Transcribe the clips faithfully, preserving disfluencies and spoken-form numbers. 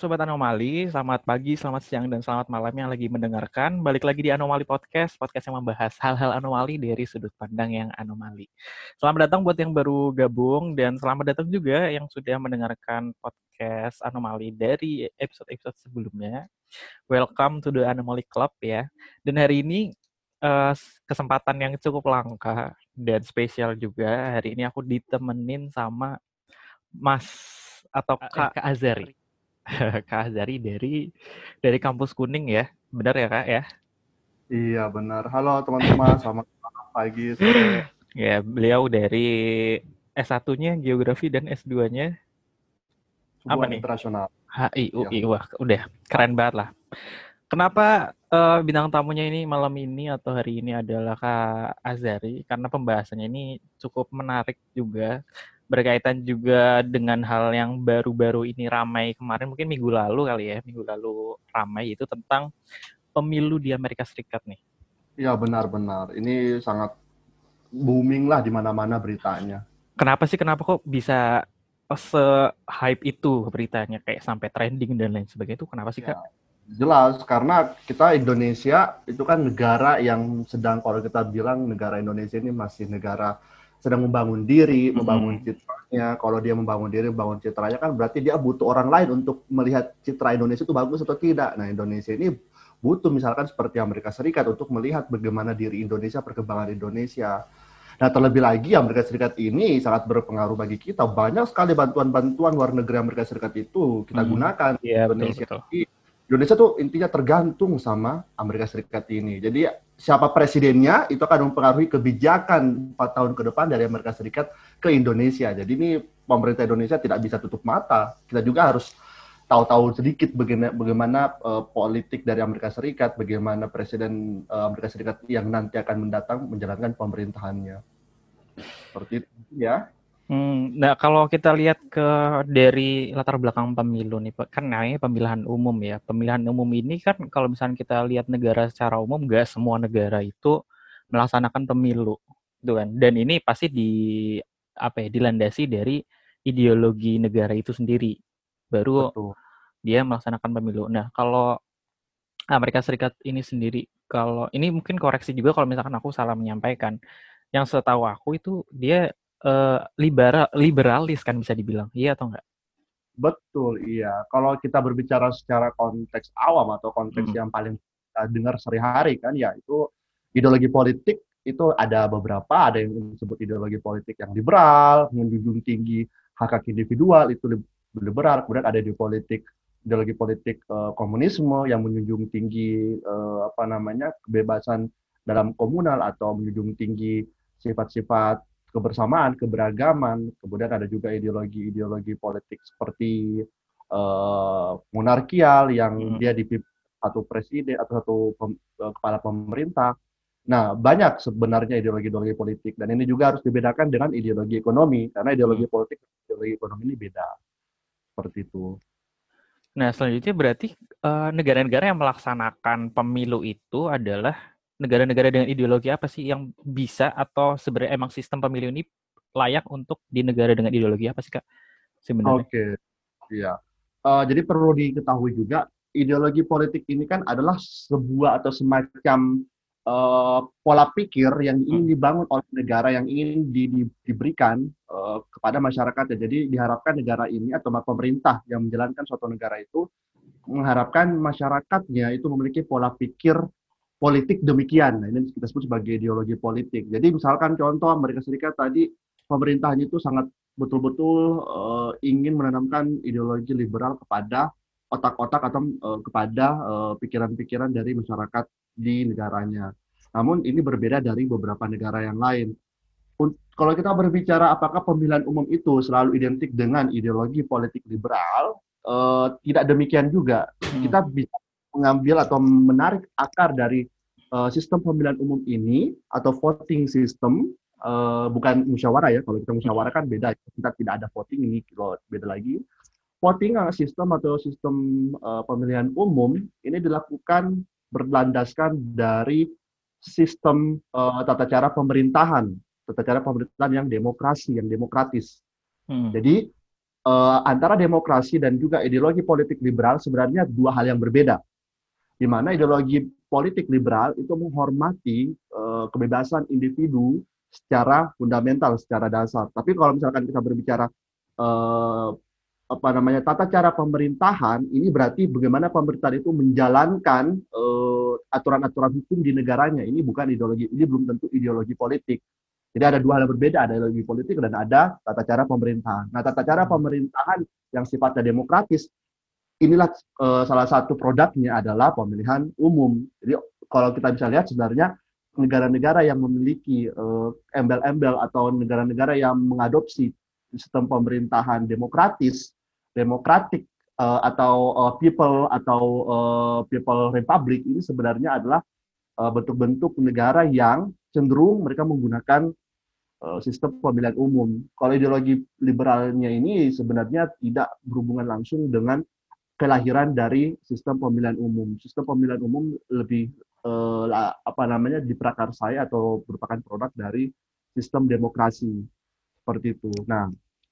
Sobat Anomali, selamat pagi, selamat siang, dan selamat malam yang lagi mendengarkan. Balik lagi di Anomali Podcast, podcast yang membahas hal-hal anomali dari sudut pandang yang anomali. Selamat datang buat yang baru gabung, dan selamat datang juga yang sudah mendengarkan podcast Anomali dari episode-episode sebelumnya. Welcome to the Anomaly Club ya. Dan hari ini uh, kesempatan yang cukup langka dan spesial juga. Hari ini aku ditemenin sama Mas atau Kak Azari. Kak Azari dari dari kampus Kuning ya, benar ya Kak ya? Iya benar. Halo teman-teman, selamat pagi, sore. Ya, beliau dari S satu-nya Geografi dan S dua-nya apa Hubungan nih? internasional. H I U Ya, I. Wah, udah keren banget lah. Kenapa uh, bintang tamunya ini malam ini atau hari ini adalah Kak Azari? Karena pembahasannya ini cukup menarik juga, berkaitan juga dengan hal yang baru-baru ini ramai kemarin, mungkin minggu lalu kali ya, minggu lalu ramai itu tentang pemilu di Amerika Serikat nih. iya benar-benar. Ini sangat booming lah di mana-mana beritanya. Kenapa sih, kenapa kok bisa se-hype itu beritanya, kayak sampai trending dan lain sebagainya, itu kenapa sih Kak? Ya, jelas, karena kita Indonesia itu kan negara yang sedang, kalau kita bilang negara Indonesia ini masih negara sedang membangun diri, Mm-hmm. membangun citranya. Kalau dia membangun diri, membangun citranya kan berarti dia butuh orang lain untuk melihat citra Indonesia itu bagus atau tidak. Nah, Indonesia ini butuh misalkan seperti Amerika Serikat untuk melihat bagaimana diri Indonesia, perkembangan Indonesia. Nah, terlebih lagi Amerika Serikat ini sangat berpengaruh bagi kita. Banyak sekali bantuan-bantuan luar negeri Amerika Serikat itu kita Hmm, gunakan di iya, Indonesia. betul, betul. Jadi, Indonesia tuh intinya tergantung sama Amerika Serikat ini. Jadi siapa presidennya itu akan mempengaruhi kebijakan empat tahun ke depan dari Amerika Serikat ke Indonesia. Jadi ini pemerintah Indonesia tidak bisa tutup mata. Kita juga harus tahu-tahu sedikit bagaimana, bagaimana uh, politik dari Amerika Serikat, bagaimana presiden uh, Amerika Serikat yang nanti akan mendatang menjalankan pemerintahannya. Seperti itu ya. Hmm, nah, kalau kita lihat ke dari latar belakang pemilu nih, kan namanya pemilihan umum ya. Pemilihan umum ini kan kalau misalnya kita lihat negara secara umum, nggak semua negara itu melaksanakan pemilu, gitu kan. Dan ini pasti di apa ya, dilandasi dari ideologi negara itu sendiri. Baru Betul. dia melaksanakan pemilu. Nah, kalau Amerika Serikat ini sendiri, kalau ini mungkin koreksi juga kalau misalkan aku salah menyampaikan. Yang setahu aku itu dia uh, liberal, liberalis kan bisa dibilang, iya atau enggak? Betul, iya. Kalau kita berbicara secara konteks awam atau konteks Hmm. yang paling kita dengar sehari-hari kan, ya itu ideologi politik itu ada beberapa, ada yang disebut ideologi politik yang liberal, menjunjung tinggi hak hak individual, itu liberal. Kemudian ada di politik ideologi politik uh, komunisme yang menjunjung tinggi uh, apa namanya kebebasan dalam komunal atau menjunjung tinggi sifat-sifat kebersamaan, keberagaman. Kemudian ada juga ideologi-ideologi politik seperti uh, monarkial yang dia Hmm. dipimpin satu presiden atau satu pem, kepala pemerintah. Nah, banyak sebenarnya ideologi-ideologi politik dan ini juga harus dibedakan dengan ideologi ekonomi karena Hmm. ideologi politik dan ideologi ekonomi ini beda. Seperti itu. Nah, selanjutnya berarti uh, negara-negara yang melaksanakan pemilu itu adalah negara-negara dengan ideologi apa sih yang bisa, atau sebenarnya emang sistem pemilu ini layak untuk di negara dengan ideologi apa sih Kak sebenarnya? Oke, iya. Uh, jadi perlu diketahui juga ideologi politik ini kan adalah sebuah atau semacam uh, pola pikir yang ingin Hmm. dibangun oleh negara yang ingin di, di, diberikan uh, kepada masyarakatnya. Jadi diharapkan negara ini atau pemerintah yang menjalankan suatu negara itu mengharapkan masyarakatnya itu memiliki pola pikir politik demikian. Nah, ini kita sebut sebagai ideologi politik. Jadi misalkan contoh Amerika Serikat tadi pemerintahnya itu sangat betul-betul uh, ingin menanamkan ideologi liberal kepada otak-otak atau uh, kepada uh, pikiran-pikiran dari masyarakat di negaranya. Namun ini berbeda dari beberapa negara yang lain. Kalau kita berbicara apakah pemilihan umum itu selalu identik dengan ideologi politik liberal, uh, tidak demikian juga. Hmm. Kita bisa mengambil atau menarik akar dari uh, sistem pemilihan umum ini atau voting system, uh, bukan musyawarah ya. Kalau kita musyawarah kan beda, kita tidak ada voting, ini kalau beda lagi. Voting sistem atau sistem uh, pemilihan umum ini dilakukan berlandaskan dari sistem uh, tata cara pemerintahan, tata cara pemerintahan yang demokrasi, yang demokratis. Hmm. Jadi uh, antara demokrasi dan juga ideologi politik liberal sebenarnya dua hal yang berbeda. Di mana ideologi politik liberal itu menghormati uh, kebebasan individu secara fundamental, secara dasar. Tapi kalau misalkan kita berbicara uh, apa namanya tata cara pemerintahan, ini berarti bagaimana pemerintahan itu menjalankan uh, aturan-aturan hukum di negaranya. Ini bukan ideologi, ini belum tentu ideologi politik. Jadi ada dua hal yang berbeda, ada ideologi politik dan ada tata cara pemerintahan. Nah, tata cara pemerintahan yang sifatnya demokratis, inilah uh, salah satu produknya adalah pemilihan umum. Jadi kalau kita bisa lihat sebenarnya negara-negara yang memiliki uh, embel-embel atau negara-negara yang mengadopsi sistem pemerintahan demokratis, demokratik uh, atau uh, people atau uh, people republic ini sebenarnya adalah uh, bentuk-bentuk negara yang cenderung mereka menggunakan sistem pemilihan umum. Kalau ideologi liberalnya ini sebenarnya tidak berhubungan langsung dengan kelahiran dari sistem pemilihan umum. Sistem pemilihan umum lebih eh, apa namanya diprakarsai atau merupakan produk dari sistem demokrasi seperti itu. Nah,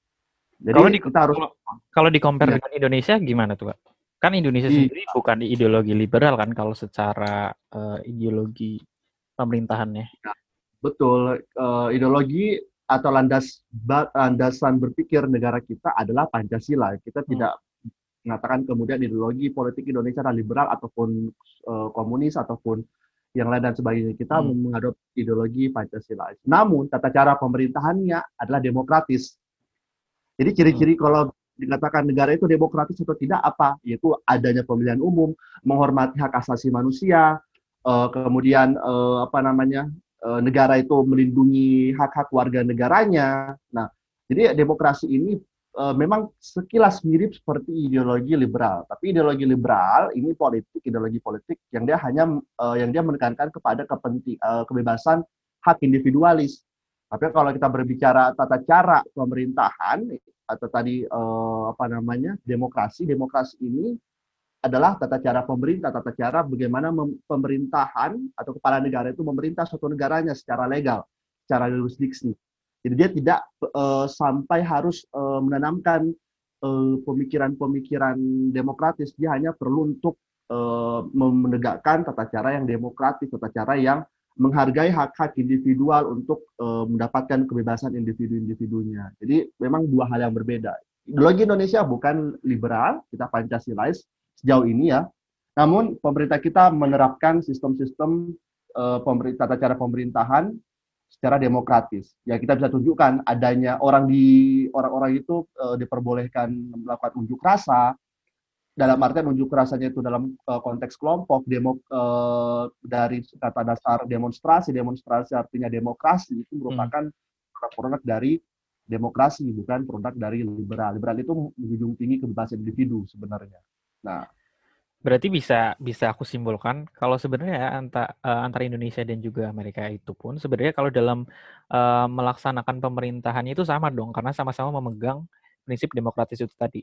jadi kalau di, kita harus kalau, kalau di compare ya, dengan Indonesia gimana tuh, Pak? Kan Indonesia di, sendiri bukan ideologi liberal kan kalau secara uh, ideologi pemerintahannya. ya, betul. Uh, ideologi atau landas landasan berpikir negara kita adalah Pancasila. Kita hmm. tidak mengatakan kemudian ideologi politik Indonesia adalah liberal ataupun uh, komunis ataupun yang lain dan sebagainya. Kita hmm. mengadopsi ideologi Pancasila. Namun tata cara pemerintahannya adalah demokratis. Jadi ciri-ciri hmm. kalau dikatakan negara itu demokratis atau tidak apa? Yaitu adanya pemilihan umum, menghormati hak asasi manusia, uh, kemudian uh, apa namanya uh, negara itu melindungi hak-hak warga negaranya. Nah, jadi demokrasi ini uh, memang sekilas mirip seperti ideologi liberal, tapi ideologi liberal ini politik, ideologi politik yang dia hanya uh, yang dia menekankan kepada kepenting, uh, kebebasan hak individualis. Tapi kalau kita berbicara tata cara pemerintahan atau tadi uh, apa namanya demokrasi, demokrasi ini adalah tata cara pemerintah, tata cara bagaimana pemerintahan atau kepala negara itu memerintah suatu negaranya secara legal, secara jurisdiksi. Jadi dia tidak uh, sampai harus uh, menanamkan uh, pemikiran-pemikiran demokratis, dia hanya perlu untuk uh, menegakkan tata cara yang demokratis, tata cara yang menghargai hak-hak individual untuk uh, mendapatkan kebebasan individu-individunya. Jadi memang dua hal yang berbeda. Ideologi Indonesia bukan liberal, kita Pancasilais sejauh ini ya. Namun pemerintah kita menerapkan sistem-sistem uh, pemerintah, tata cara pemerintahan secara demokratis. Ya kita bisa tunjukkan adanya orang di orang-orang itu uh, diperbolehkan melakukan unjuk rasa. Dalam artian unjuk rasanya itu dalam uh, konteks kelompok, demo uh, dari kata dasar demonstrasi, demonstrasi artinya demokrasi itu merupakan produk-produk dari demokrasi, bukan produk dari liberal. Liberal itu menjunjung tinggi kebebasan individu sebenarnya. Nah, berarti bisa bisa aku simpulkan kalau sebenarnya antara uh, antara Indonesia dan juga Amerika itu pun sebenarnya kalau dalam uh, melaksanakan pemerintahannya itu sama dong karena sama-sama memegang prinsip demokratis itu tadi.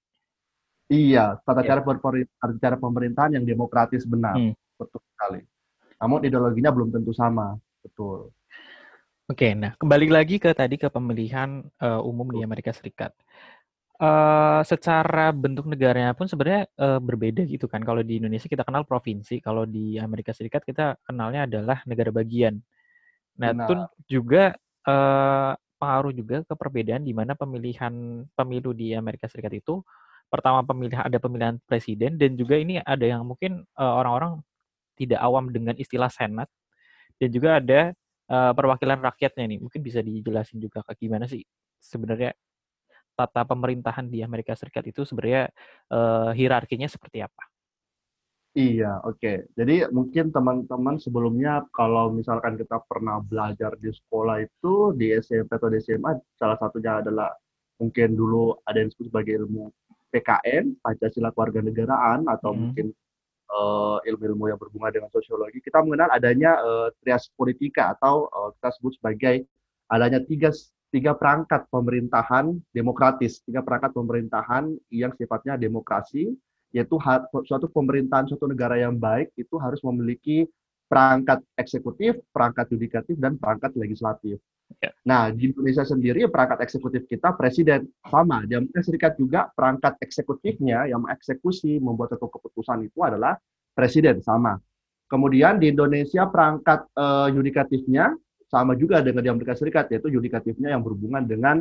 Iya, tata cara yeah. cara pemerintahan yang demokratis benar, hmm. betul sekali. Namun ideologinya belum tentu sama, betul. Oke, nah kembali lagi ke tadi ke pemilihan uh, umum betul. Di Amerika Serikat. Uh, secara bentuk negaranya pun sebenarnya uh, berbeda gitu kan. Kalau di Indonesia kita kenal provinsi, kalau di Amerika Serikat kita kenalnya adalah negara bagian. Nah, itu juga uh, pengaruh juga ke perbedaan di mana pemilihan pemilu di Amerika Serikat itu pertama pemilihan ada pemilihan presiden dan juga ini ada yang mungkin uh, orang-orang tidak awam dengan istilah Senat dan juga ada uh, perwakilan rakyatnya nih. Mungkin bisa dijelasin juga ke gimana sih sebenarnya tata pemerintahan di Amerika Serikat itu sebenarnya uh, hierarkinya seperti apa? Iya, oke. Okay. Jadi mungkin teman-teman sebelumnya kalau misalkan kita pernah belajar di sekolah itu di S M P atau di S M A, salah satunya adalah mungkin dulu ada yang disebut sebagai ilmu P K N, Pancasila Kewarganegaraan, atau hmm. mungkin uh, ilmu-ilmu yang berhubungan dengan sosiologi. Kita mengenal adanya uh, trias politika atau uh, kita sebut sebagai adanya tiga tiga perangkat pemerintahan demokratis, tiga perangkat pemerintahan yang sifatnya demokrasi, yaitu suatu pemerintahan suatu negara yang baik itu harus memiliki perangkat eksekutif, perangkat yudikatif, dan perangkat legislatif. Ya. Nah, di Indonesia sendiri perangkat eksekutif kita presiden sama. Di Amerika Serikat juga perangkat eksekutifnya yang mengeksekusi, membuat satu keputusan itu adalah presiden sama. Kemudian di Indonesia perangkat uh, yudikatifnya sama juga dengan di Amerika Serikat, yaitu yudikatifnya yang berhubungan dengan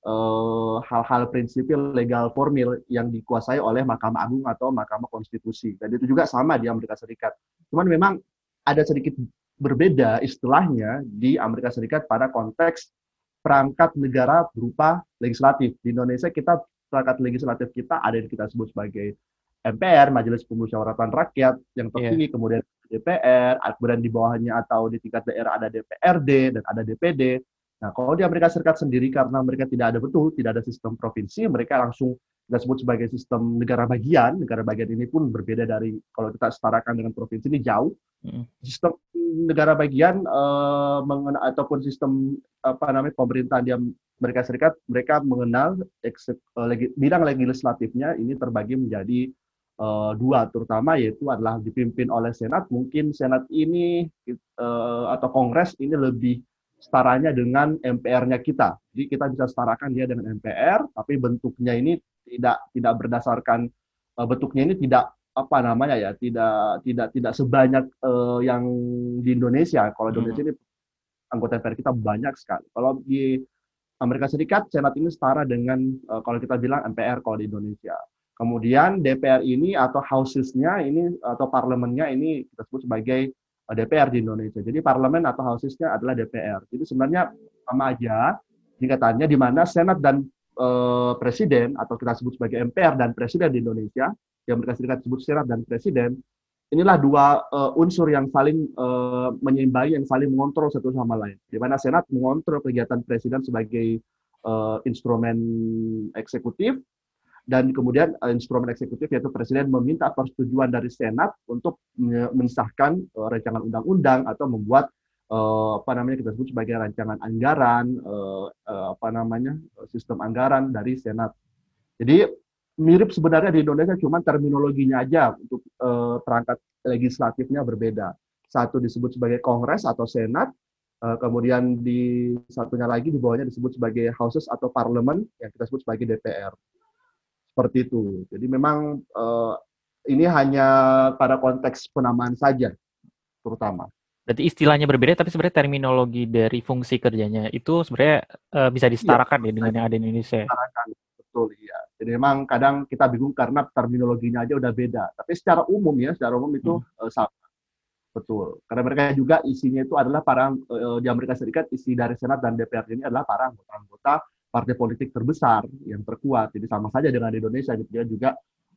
uh, hal-hal prinsipil legal formil yang dikuasai oleh Mahkamah Agung atau Mahkamah Konstitusi. Dan itu juga sama di Amerika Serikat. Cuman memang ada sedikit berbeda istilahnya di Amerika Serikat pada konteks perangkat negara berupa legislatif. Di Indonesia kita perangkat legislatif kita ada yang kita sebut sebagai M P R, Majelis Pemusyawaratan Rakyat yang tertinggi, yeah. Kemudian D P R, kemudian di bawahnya atau di tingkat daerah ada D P R D dan ada D P D. Nah, kalau di Amerika Serikat sendiri karena mereka tidak ada betul, tidak ada sistem provinsi, mereka langsung kita sebut sebagai sistem negara bagian. Negara bagian ini pun berbeda dari kalau kita setarakan dengan provinsi ini jauh. Mm. Sistem negara bagian eh, mengenal ataupun sistem apa namanya pemerintahan di Amerika Serikat, mereka mengenal eksek, eh, legi, bidang legislatifnya ini terbagi menjadi Uh, dua, terutama yaitu adalah dipimpin oleh Senat. Mungkin Senat ini uh, atau Kongres ini lebih setaranya dengan M P R-nya kita. Jadi kita bisa setarakan dia dengan M P R, tapi bentuknya ini tidak tidak berdasarkan uh, bentuknya ini tidak apa namanya ya, tidak tidak tidak sebanyak uh, yang di Indonesia. Kalau di Indonesia ini anggota M P R kita banyak sekali. Kalau di Amerika Serikat Senat ini setara dengan uh, kalau kita bilang M P R kalau di Indonesia. Kemudian D P R ini atau houses-nya ini atau parlemennya ini kita sebut sebagai D P R di Indonesia. Jadi parlemen atau houses-nya adalah D P R. Jadi sebenarnya sama aja tingkatannya di mana Senat dan e, Presiden atau kita sebut sebagai M P R dan Presiden di Indonesia, yang mereka serikat sebut Senat dan Presiden, inilah dua e, unsur yang saling e, menyeimbangi, yang saling mengontrol satu sama lain. Di mana Senat mengontrol kegiatan Presiden sebagai e, instrumen eksekutif, dan kemudian instrumen eksekutif yaitu Presiden meminta persetujuan dari Senat untuk mensahkan uh, rancangan undang-undang atau membuat uh, apa namanya kita sebut sebagai rancangan anggaran uh, uh, apa namanya sistem anggaran dari Senat. Jadi mirip sebenarnya di Indonesia, cuma terminologinya aja untuk uh, perangkat legislatifnya berbeda. Satu disebut sebagai Kongres atau Senat, uh, kemudian di satunya lagi di bawahnya disebut sebagai Houses atau Parlemen yang kita sebut sebagai D P R. Seperti itu. Jadi memang uh, ini hanya pada konteks penamaan saja, terutama. Berarti istilahnya berbeda, tapi sebenarnya terminologi dari fungsi kerjanya itu sebenarnya uh, bisa disetarakan ya, ya dengan yang ada di Indonesia. Disetarakan, betul ya. Jadi memang kadang kita bingung karena terminologinya aja udah beda. Tapi secara umum ya, secara umum itu hmm. uh, sama. Betul. Karena mereka juga isinya itu adalah para uh, di Amerika Serikat, isi dari Senat dan D P R ini adalah para anggota-anggota partai politik terbesar yang terkuat. Jadi sama saja dengan di Indonesia, gitu ya, juga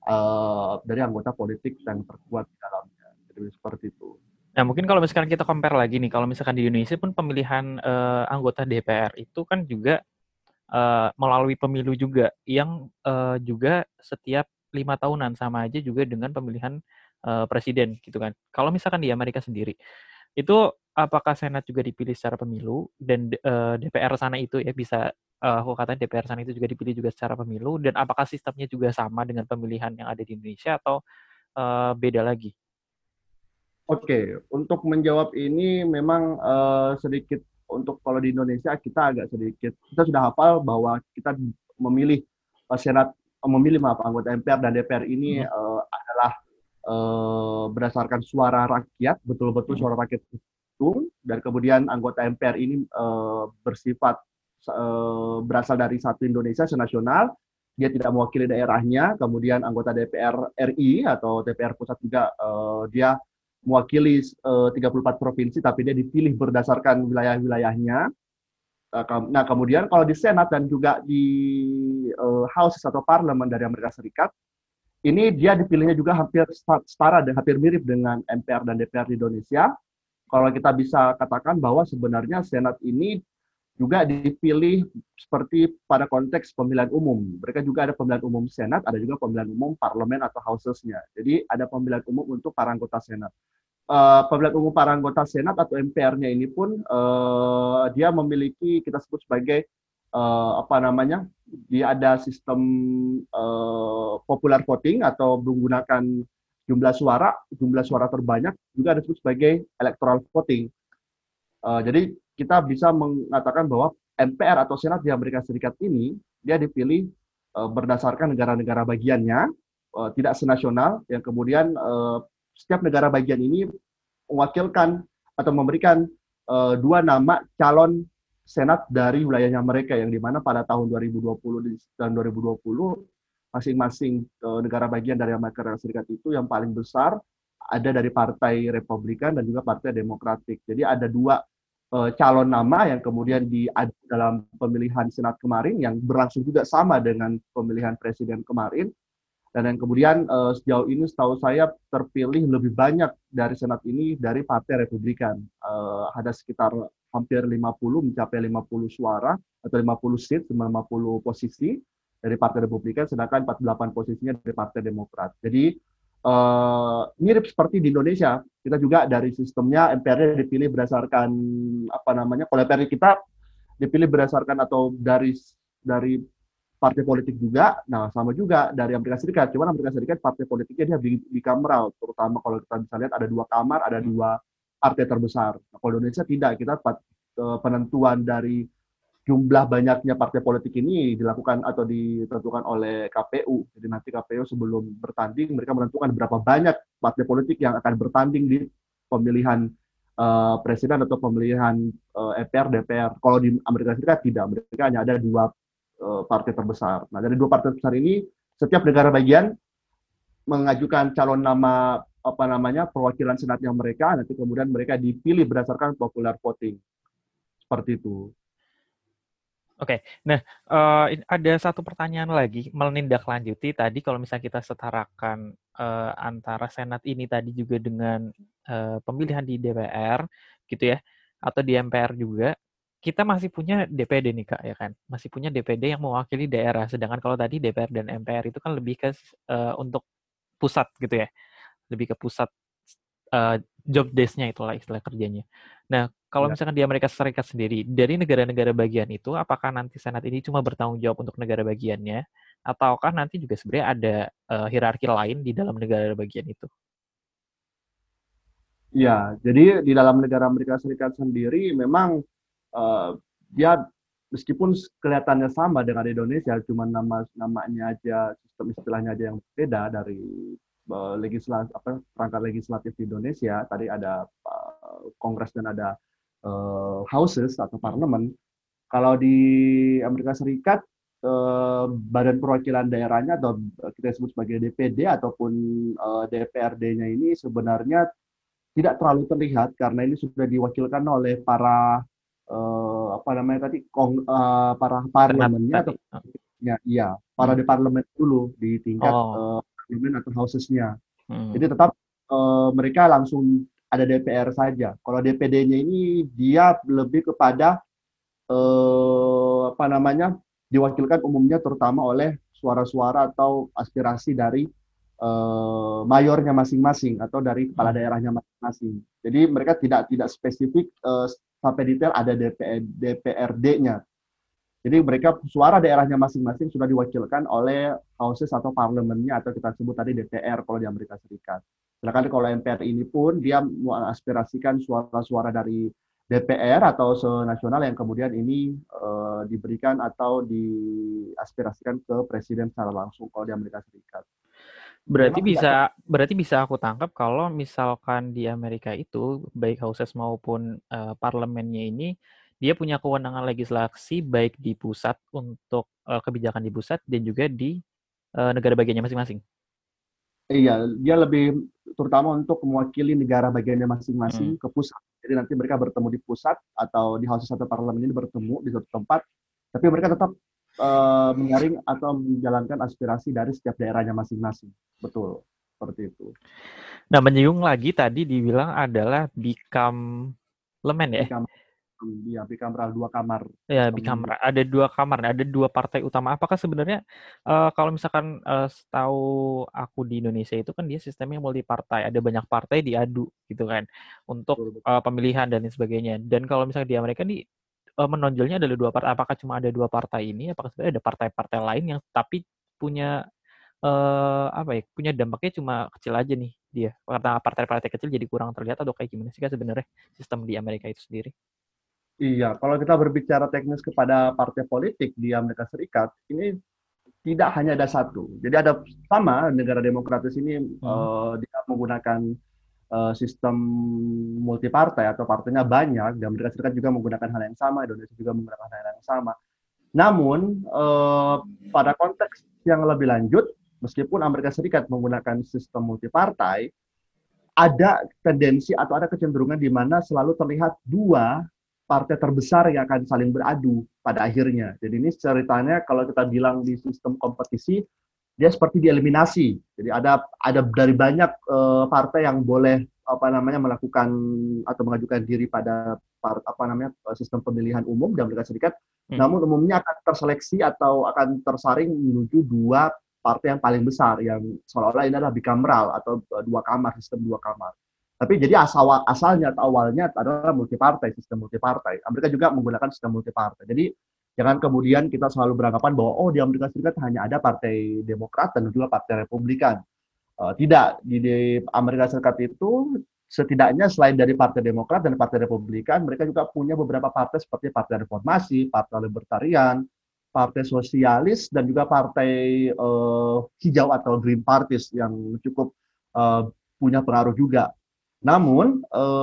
uh, dari anggota politik yang terkuat di dalamnya. Jadi seperti itu. Nah, mungkin kalau misalkan kita compare lagi nih, kalau misalkan di Indonesia pun pemilihan uh, anggota D P R itu kan juga uh, melalui pemilu juga, yang uh, juga setiap lima tahunan, sama aja juga dengan pemilihan uh, presiden, gitu kan. Kalau misalkan di Amerika sendiri, itu apakah Senat juga dipilih secara pemilu, dan uh, D P R sana itu ya bisa, uh, aku katakan D P R sana itu juga dipilih juga secara pemilu, dan apakah sistemnya juga sama dengan pemilihan yang ada di Indonesia atau uh, beda lagi? Oke, untuk menjawab ini memang uh, sedikit untuk kalau di Indonesia kita agak sedikit, kita sudah hafal bahwa kita memilih uh, Senat, uh, memilih maaf anggota M P R dan D P R ini hmm. uh, adalah uh, berdasarkan suara rakyat, betul-betul hmm. suara rakyat itu, dan kemudian anggota M P R ini uh, bersifat uh, berasal dari satu Indonesia senasional, dia tidak mewakili daerahnya. Kemudian anggota D P R R I atau D P R pusat juga uh, dia mewakili uh, tiga puluh empat provinsi, tapi dia dipilih berdasarkan wilayah-wilayahnya. Uh, nah, kemudian kalau di Senat dan juga di uh, House atau Parlemen dari Amerika Serikat, ini dia dipilihnya juga hampir setara dan hampir mirip dengan M P R dan D P R di Indonesia. Kalau kita bisa katakan bahwa sebenarnya Senat ini juga dipilih seperti pada konteks pemilihan umum. Mereka juga ada pemilihan umum Senat, ada juga pemilihan umum Parlemen atau Houses-nya. Jadi ada pemilihan umum untuk para anggota Senat. Uh, pemilihan umum para anggota Senat atau M P R-nya ini pun uh, dia memiliki, kita sebut sebagai uh, apa namanya, dia ada sistem uh, popular voting atau menggunakan jumlah suara, jumlah suara terbanyak juga disebut sebagai electoral voting. Uh, jadi kita bisa mengatakan bahwa M P R atau Senat di Amerika Serikat ini dia dipilih uh, berdasarkan negara-negara bagiannya, uh, tidak senasional, yang kemudian uh, setiap negara bagian ini mewakilkan atau memberikan uh, dua nama calon Senat dari wilayahnya mereka, yang dimana pada tahun dua ribu dua puluh dan dua ribu dua puluh masing-masing uh, negara bagian dari Amerika Serikat itu yang paling besar ada dari Partai Republikan dan juga Partai Demokratik. Jadi ada dua uh, calon nama yang kemudian diadu dalam pemilihan Senat kemarin yang berlangsung juga sama dengan pemilihan Presiden kemarin. Dan yang kemudian uh, sejauh ini setahu saya terpilih lebih banyak dari Senat ini dari Partai Republikan. Uh, ada sekitar hampir lima puluh, mencapai lima puluh suara atau lima puluh seat, lima puluh posisi dari Partai Republikan, sedangkan empat puluh delapan posisinya dari Partai Demokrat. Jadi uh, mirip seperti di Indonesia, kita juga dari sistemnya M P R-nya dipilih berdasarkan apa namanya, kalau M P R kita dipilih berdasarkan atau dari dari partai politik juga. Nah, sama juga dari Amerika Serikat. Cuman Amerika Serikat partai politiknya dia bikameral, terutama kalau kita bisa lihat ada dua kamar, ada dua partai terbesar. Nah, kalau Indonesia tidak, kita penentuan dari jumlah banyaknya partai politik ini dilakukan atau ditentukan oleh K P U. Jadi nanti K P U sebelum bertanding mereka menentukan berapa banyak partai politik yang akan bertanding di pemilihan uh, presiden atau pemilihan uh, M P R, D P R. Kalau di Amerika Serikat tidak, mereka hanya ada dua uh, partai terbesar. Nah, dari dua partai terbesar ini setiap negara bagian mengajukan calon nama apa namanya perwakilan senatnya mereka, nanti kemudian mereka dipilih berdasarkan popular voting. Seperti itu. Oke, nah uh, ada satu pertanyaan lagi menindaklanjuti tadi kalau misalnya kita setarakan uh, antara Senat ini tadi juga dengan uh, pemilihan di D P R gitu ya, atau di M P R juga, kita masih punya D P D nih Kak ya kan, masih punya D P D yang mewakili daerah, sedangkan kalau tadi D P R dan M P R itu kan lebih ke uh, untuk pusat gitu ya, lebih ke pusat uh, job desk-nya itulah istilah kerjanya. Nah, kalau misalkan di Amerika Serikat sendiri, dari negara-negara bagian itu, apakah nanti Senat ini cuma bertanggung jawab untuk negara bagiannya, ataukah nanti juga sebenarnya ada uh, hierarki lain di dalam negara bagian itu? Ya, jadi di dalam negara Amerika Serikat sendiri memang uh, dia meskipun kelihatannya sama dengan Indonesia, cuma nama namanya aja, sistem istilahnya aja yang berbeda dari uh, legislatif apa perangkat legislatif di Indonesia. Tadi ada uh, Kongres dan ada uh, houses atau parlemen. Kalau di Amerika Serikat uh, badan perwakilan daerahnya atau kita sebut sebagai D P D ataupun uh, D P R D-nya ini sebenarnya tidak terlalu terlihat karena ini sudah diwakilkan oleh para uh, apa namanya tadi kong, uh, para parlemennya atau ya iya para hmm. di parlemen dulu di tingkat oh. uh, parlemen atau houses-nya. Hmm. Jadi tetap uh, mereka langsung ada D P R saja. Kalau D P D-nya ini dia lebih kepada uh, apa namanya diwakilkan umumnya terutama oleh suara-suara atau aspirasi dari Uh, mayornya masing-masing atau dari kepala daerahnya masing-masing. Jadi mereka tidak tidak spesifik uh, sampai detail ada D P R D-nya. Jadi mereka suara daerahnya masing-masing sudah diwakilkan oleh houses atau parlemennya atau kita sebut tadi D P R kalau di Amerika Serikat. Sedangkan kalau M P R ini pun dia mengaspirasikan suara-suara dari D P R atau senasional yang kemudian ini uh, diberikan atau diaspirasikan ke presiden secara langsung kalau di Amerika Serikat. Berarti Memang bisa tidak... berarti bisa aku tangkap kalau misalkan di Amerika itu baik houses maupun uh, parlemennya ini dia punya kewenangan legislasi baik di pusat untuk uh, kebijakan di pusat dan juga di uh, negara bagiannya masing-masing. Iya, dia lebih terutama untuk mewakili negara bagiannya masing-masing hmm. ke pusat. Jadi nanti mereka bertemu di pusat atau di houses atau parlemen ini bertemu di suatu tempat, tapi mereka tetap Uh, menyaring atau menjalankan aspirasi dari setiap daerahnya masing-masing. Betul, seperti itu. Nah, menyinggung lagi tadi dibilang adalah bikamermen ya? Bikam, ya, bikameral, dua kamar. Ya, bikameral. Ada dua kamar, ada dua partai utama. Apakah sebenarnya uh, kalau misalkan uh, setahu aku di Indonesia itu kan dia sistemnya multi partai, ada banyak partai diadu gitu kan untuk betul, betul. Uh, pemilihan dan lain sebagainya. Dan kalau misalnya di Amerika nih menonjolnya adalah dua partai. Apakah cuma ada dua partai ini? Apakah sebenarnya ada partai-partai lain yang tapi punya uh, apa ya, punya dampaknya cuma kecil aja nih dia. Karena partai-partai kecil jadi kurang terlihat atau kayak gimana sih Kak sebenarnya sistem di Amerika itu sendiri? Iya, kalau kita berbicara teknis kepada partai politik di Amerika Serikat, ini tidak hanya ada satu. Jadi ada sama negara demokratis ini Hmm. uh, dia menggunakan uh, sistem multipartai atau partainya banyak. Di Amerika Serikat juga menggunakan hal yang sama, Indonesia juga menggunakan hal yang sama. Namun uh, pada konteks yang lebih lanjut, meskipun Amerika Serikat menggunakan sistem multipartai, ada tendensi atau ada kecenderungan di mana selalu terlihat dua partai terbesar yang akan saling beradu pada akhirnya. Jadi ini ceritanya kalau kita bilang di sistem kompetisi, dia seperti dieliminasi. Jadi ada ada dari banyak uh, partai yang boleh apa namanya melakukan atau mengajukan diri pada part, apa namanya sistem pemilihan umum di Amerika Serikat. Hmm. Namun umumnya akan terseleksi atau akan tersaring menuju dua partai yang paling besar yang seolah-olah ini adalah bicameral atau dua kamar, sistem dua kamar. Tapi jadi asal asalnya atau awalnya adalah multipartai, sistem multipartai. Amerika juga menggunakan sistem multipartai. Jadi jangan kemudian kita selalu beranggapan bahwa oh di Amerika Serikat hanya ada partai Demokrat dan juga partai Republikan. Uh, tidak, di, di Amerika Serikat itu setidaknya selain dari partai Demokrat dan partai Republikan, mereka juga punya beberapa partai seperti Partai Reformasi, Partai Libertarian, Partai Sosialis, dan juga Partai uh, Hijau atau Green Parties yang cukup uh, punya pengaruh juga. Namun,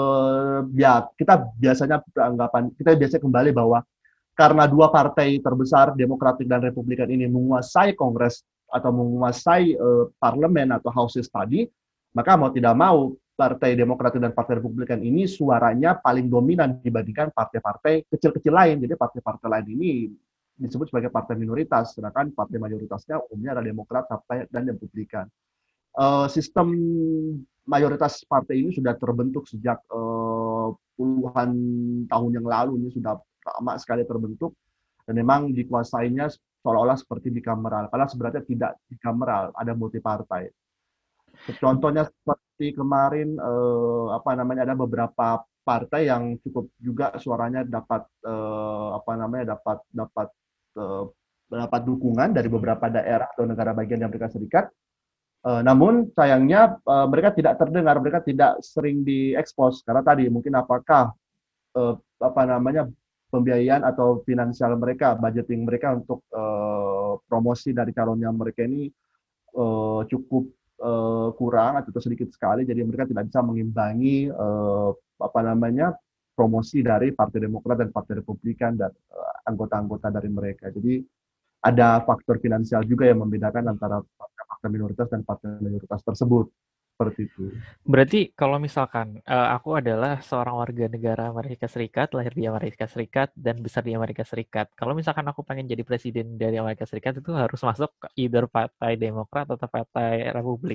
uh, ya kita biasanya beranggapan, kita biasanya kembali bahwa karena dua partai terbesar, Demokratik dan Republikan ini menguasai Kongres atau menguasai uh, parlemen atau houses tadi, maka mau tidak mau Partai Demokrat dan Partai Republikan ini suaranya paling dominan dibandingkan partai-partai kecil-kecil lain. Jadi partai-partai lain ini disebut sebagai partai minoritas, sedangkan partai mayoritasnya umumnya adalah Demokrat dan Republikan. Uh, sistem mayoritas partai ini sudah terbentuk sejak uh, puluhan tahun yang lalu, ini sudah lama sekali terbentuk, dan memang dikuasainya seolah-olah seperti bicameral, padahal sebenarnya tidak bicameral, ada multipartai. Contohnya seperti kemarin eh, apa namanya ada beberapa partai yang cukup juga suaranya dapat eh, apa namanya dapat dapat eh, dapat dukungan dari beberapa daerah atau negara bagian di Amerika Serikat. Eh, namun sayangnya eh, mereka tidak terdengar, mereka tidak sering diekspos karena tadi mungkin apakah eh, apa namanya pembiayaan atau finansial mereka, budgeting mereka untuk eh, promosi dari calonnya mereka ini uh, cukup uh, kurang atau sedikit sekali, jadi mereka tidak bisa mengimbangi uh, apa namanya promosi dari Partai Demokrat dan Partai Republikan dan uh, anggota-anggota dari mereka. Jadi ada faktor finansial juga yang membedakan antara partai-partai minoritas dan partai mayoritas tersebut. Seperti itu. Berarti kalau misalkan uh, aku adalah seorang warga negara Amerika Serikat, lahir di Amerika Serikat dan besar di Amerika Serikat. Kalau misalkan aku pengen jadi presiden dari Amerika Serikat itu harus masuk ke either Partai Demokrat atau Partai Republik.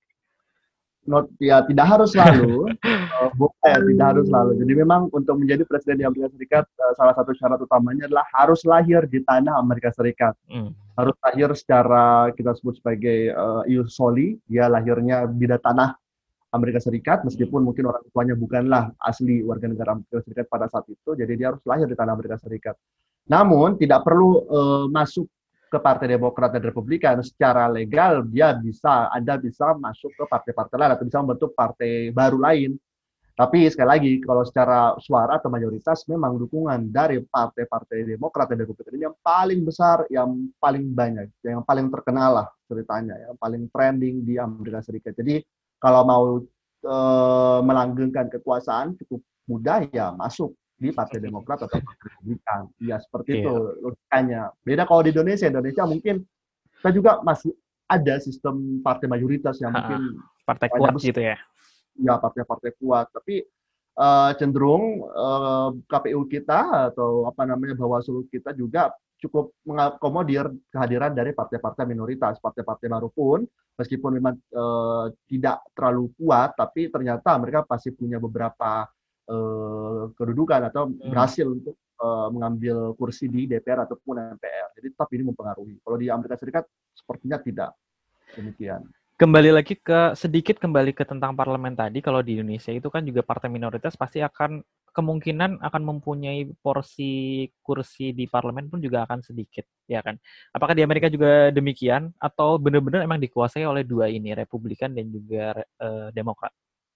Not, ya tidak harus selalu, uh, bukan ya, tidak harus selalu. Jadi memang untuk menjadi presiden di Amerika Serikat, uh, salah satu syarat utamanya adalah harus lahir di tanah Amerika Serikat. Hmm. Harus lahir secara kita sebut sebagai uh, ius soli, dia lahirnya di tanah Amerika Serikat, meskipun mungkin orang tuanya bukanlah asli warga negara Amerika Serikat pada saat itu, jadi dia harus lahir di tanah Amerika Serikat. Namun tidak perlu uh, masuk ke Partai Demokrat dan Republikan, secara legal dia bisa, Anda bisa masuk ke partai-partai lain atau bisa membentuk partai baru lain. Tapi sekali lagi, kalau secara suara atau mayoritas, memang dukungan dari partai-partai Demokrat dan Republikan ini yang paling besar, yang paling banyak, yang paling terkenal lah ceritanya, yang paling trending di Amerika Serikat. Jadi kalau mau e, melanggengkan kekuasaan cukup mudah ya masuk di Partai Demokrat atau Partai Republikan. Ya seperti yeah. itu logikanya. Beda kalau di Indonesia, Indonesia mungkin kita juga masih ada sistem partai mayoritas yang ha, mungkin partai kuat besar, gitu ya. Ya partai-partai kuat, tapi uh, cenderung uh, K P U kita atau apa namanya Bawaslu kita juga cukup mengakomodir kehadiran dari partai-partai minoritas, partai-partai baru pun meskipun memang uh, tidak terlalu kuat, tapi ternyata mereka pasti punya beberapa uh, kedudukan atau hmm. berhasil untuk uh, mengambil kursi di D P R ataupun M P R. Jadi tetap ini mempengaruhi. Kalau di Amerika Serikat sepertinya tidak demikian. Kembali lagi ke sedikit kembali ke tentang parlemen tadi, kalau di Indonesia itu kan juga partai minoritas pasti akan kemungkinan akan mempunyai porsi kursi di parlemen pun juga akan sedikit, ya kan? Apakah di Amerika juga demikian atau benar-benar emang dikuasai oleh dua ini, Republikan dan juga uh, Demokrat?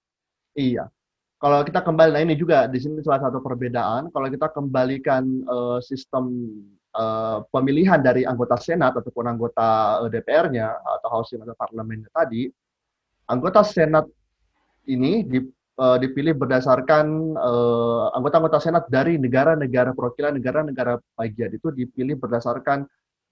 Iya. Kalau kita kembali, nah ini juga di sini salah satu perbedaan. Kalau kita kembalikan uh, sistem uh, pemilihan dari anggota Senat ataupun anggota uh, D P R-nya atau House atau parlemennya tadi, anggota Senat ini di, uh, dipilih berdasarkan uh, anggota-anggota Senat dari negara-negara perwakilan negara-negara bagian itu dipilih berdasarkan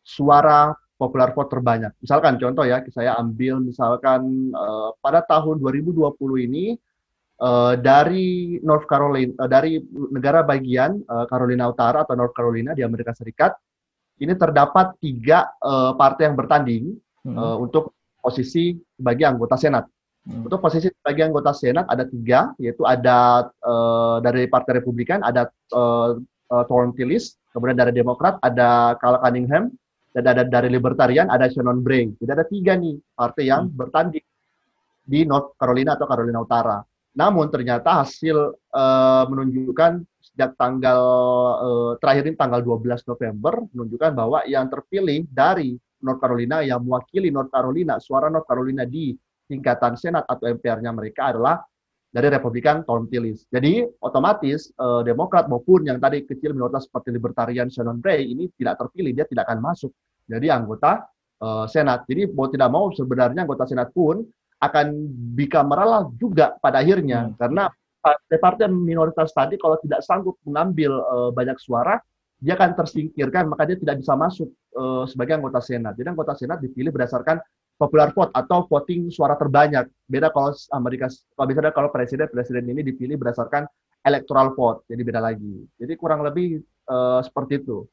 suara popular vote terbanyak. Misalkan contoh ya, saya ambil misalkan uh, pada tahun dua ribu dua puluh ini uh, dari North Carolina, uh, dari negara bagian uh, Carolina Utara atau North Carolina di Amerika Serikat, ini terdapat tiga uh, partai yang bertanding hmm. uh, untuk posisi sebagai anggota Senat. Hmm. Untuk posisi sebagai anggota Senat ada tiga, yaitu ada uh, dari Partai Republikan, ada uh, uh, Thom Tillis, kemudian dari Demokrat ada Cal Cunningham, dan ada dari Libertarian ada Shannon Bray. Jadi ada tiga nih partai yang hmm. bertanding di North Carolina atau Carolina Utara. Namun ternyata hasil uh, menunjukkan sejak tanggal uh, terakhir ini tanggal dua belas November menunjukkan bahwa yang terpilih dari North Carolina yang mewakili North Carolina, suara North Carolina di tingkatan Senat atau M P R-nya mereka adalah dari Republikan Thom Tillis. Jadi otomatis eh, Demokrat maupun yang tadi kecil minoritas seperti Libertarian Shannon Bray ini tidak terpilih, dia tidak akan masuk jadi anggota eh, Senat. Jadi mau tidak mau sebenarnya anggota Senat pun akan bicameral juga pada akhirnya hmm. karena partai-partai minoritas tadi kalau tidak sanggup mengambil eh, banyak suara, dia akan tersingkirkan, maka dia tidak bisa masuk uh, sebagai anggota Senat. Jadi anggota Senat dipilih berdasarkan popular vote atau voting suara terbanyak. Beda kalau Amerika, kalau misalnya kalau presiden presiden ini dipilih berdasarkan electoral vote, jadi beda lagi. Jadi kurang lebih uh, seperti itu.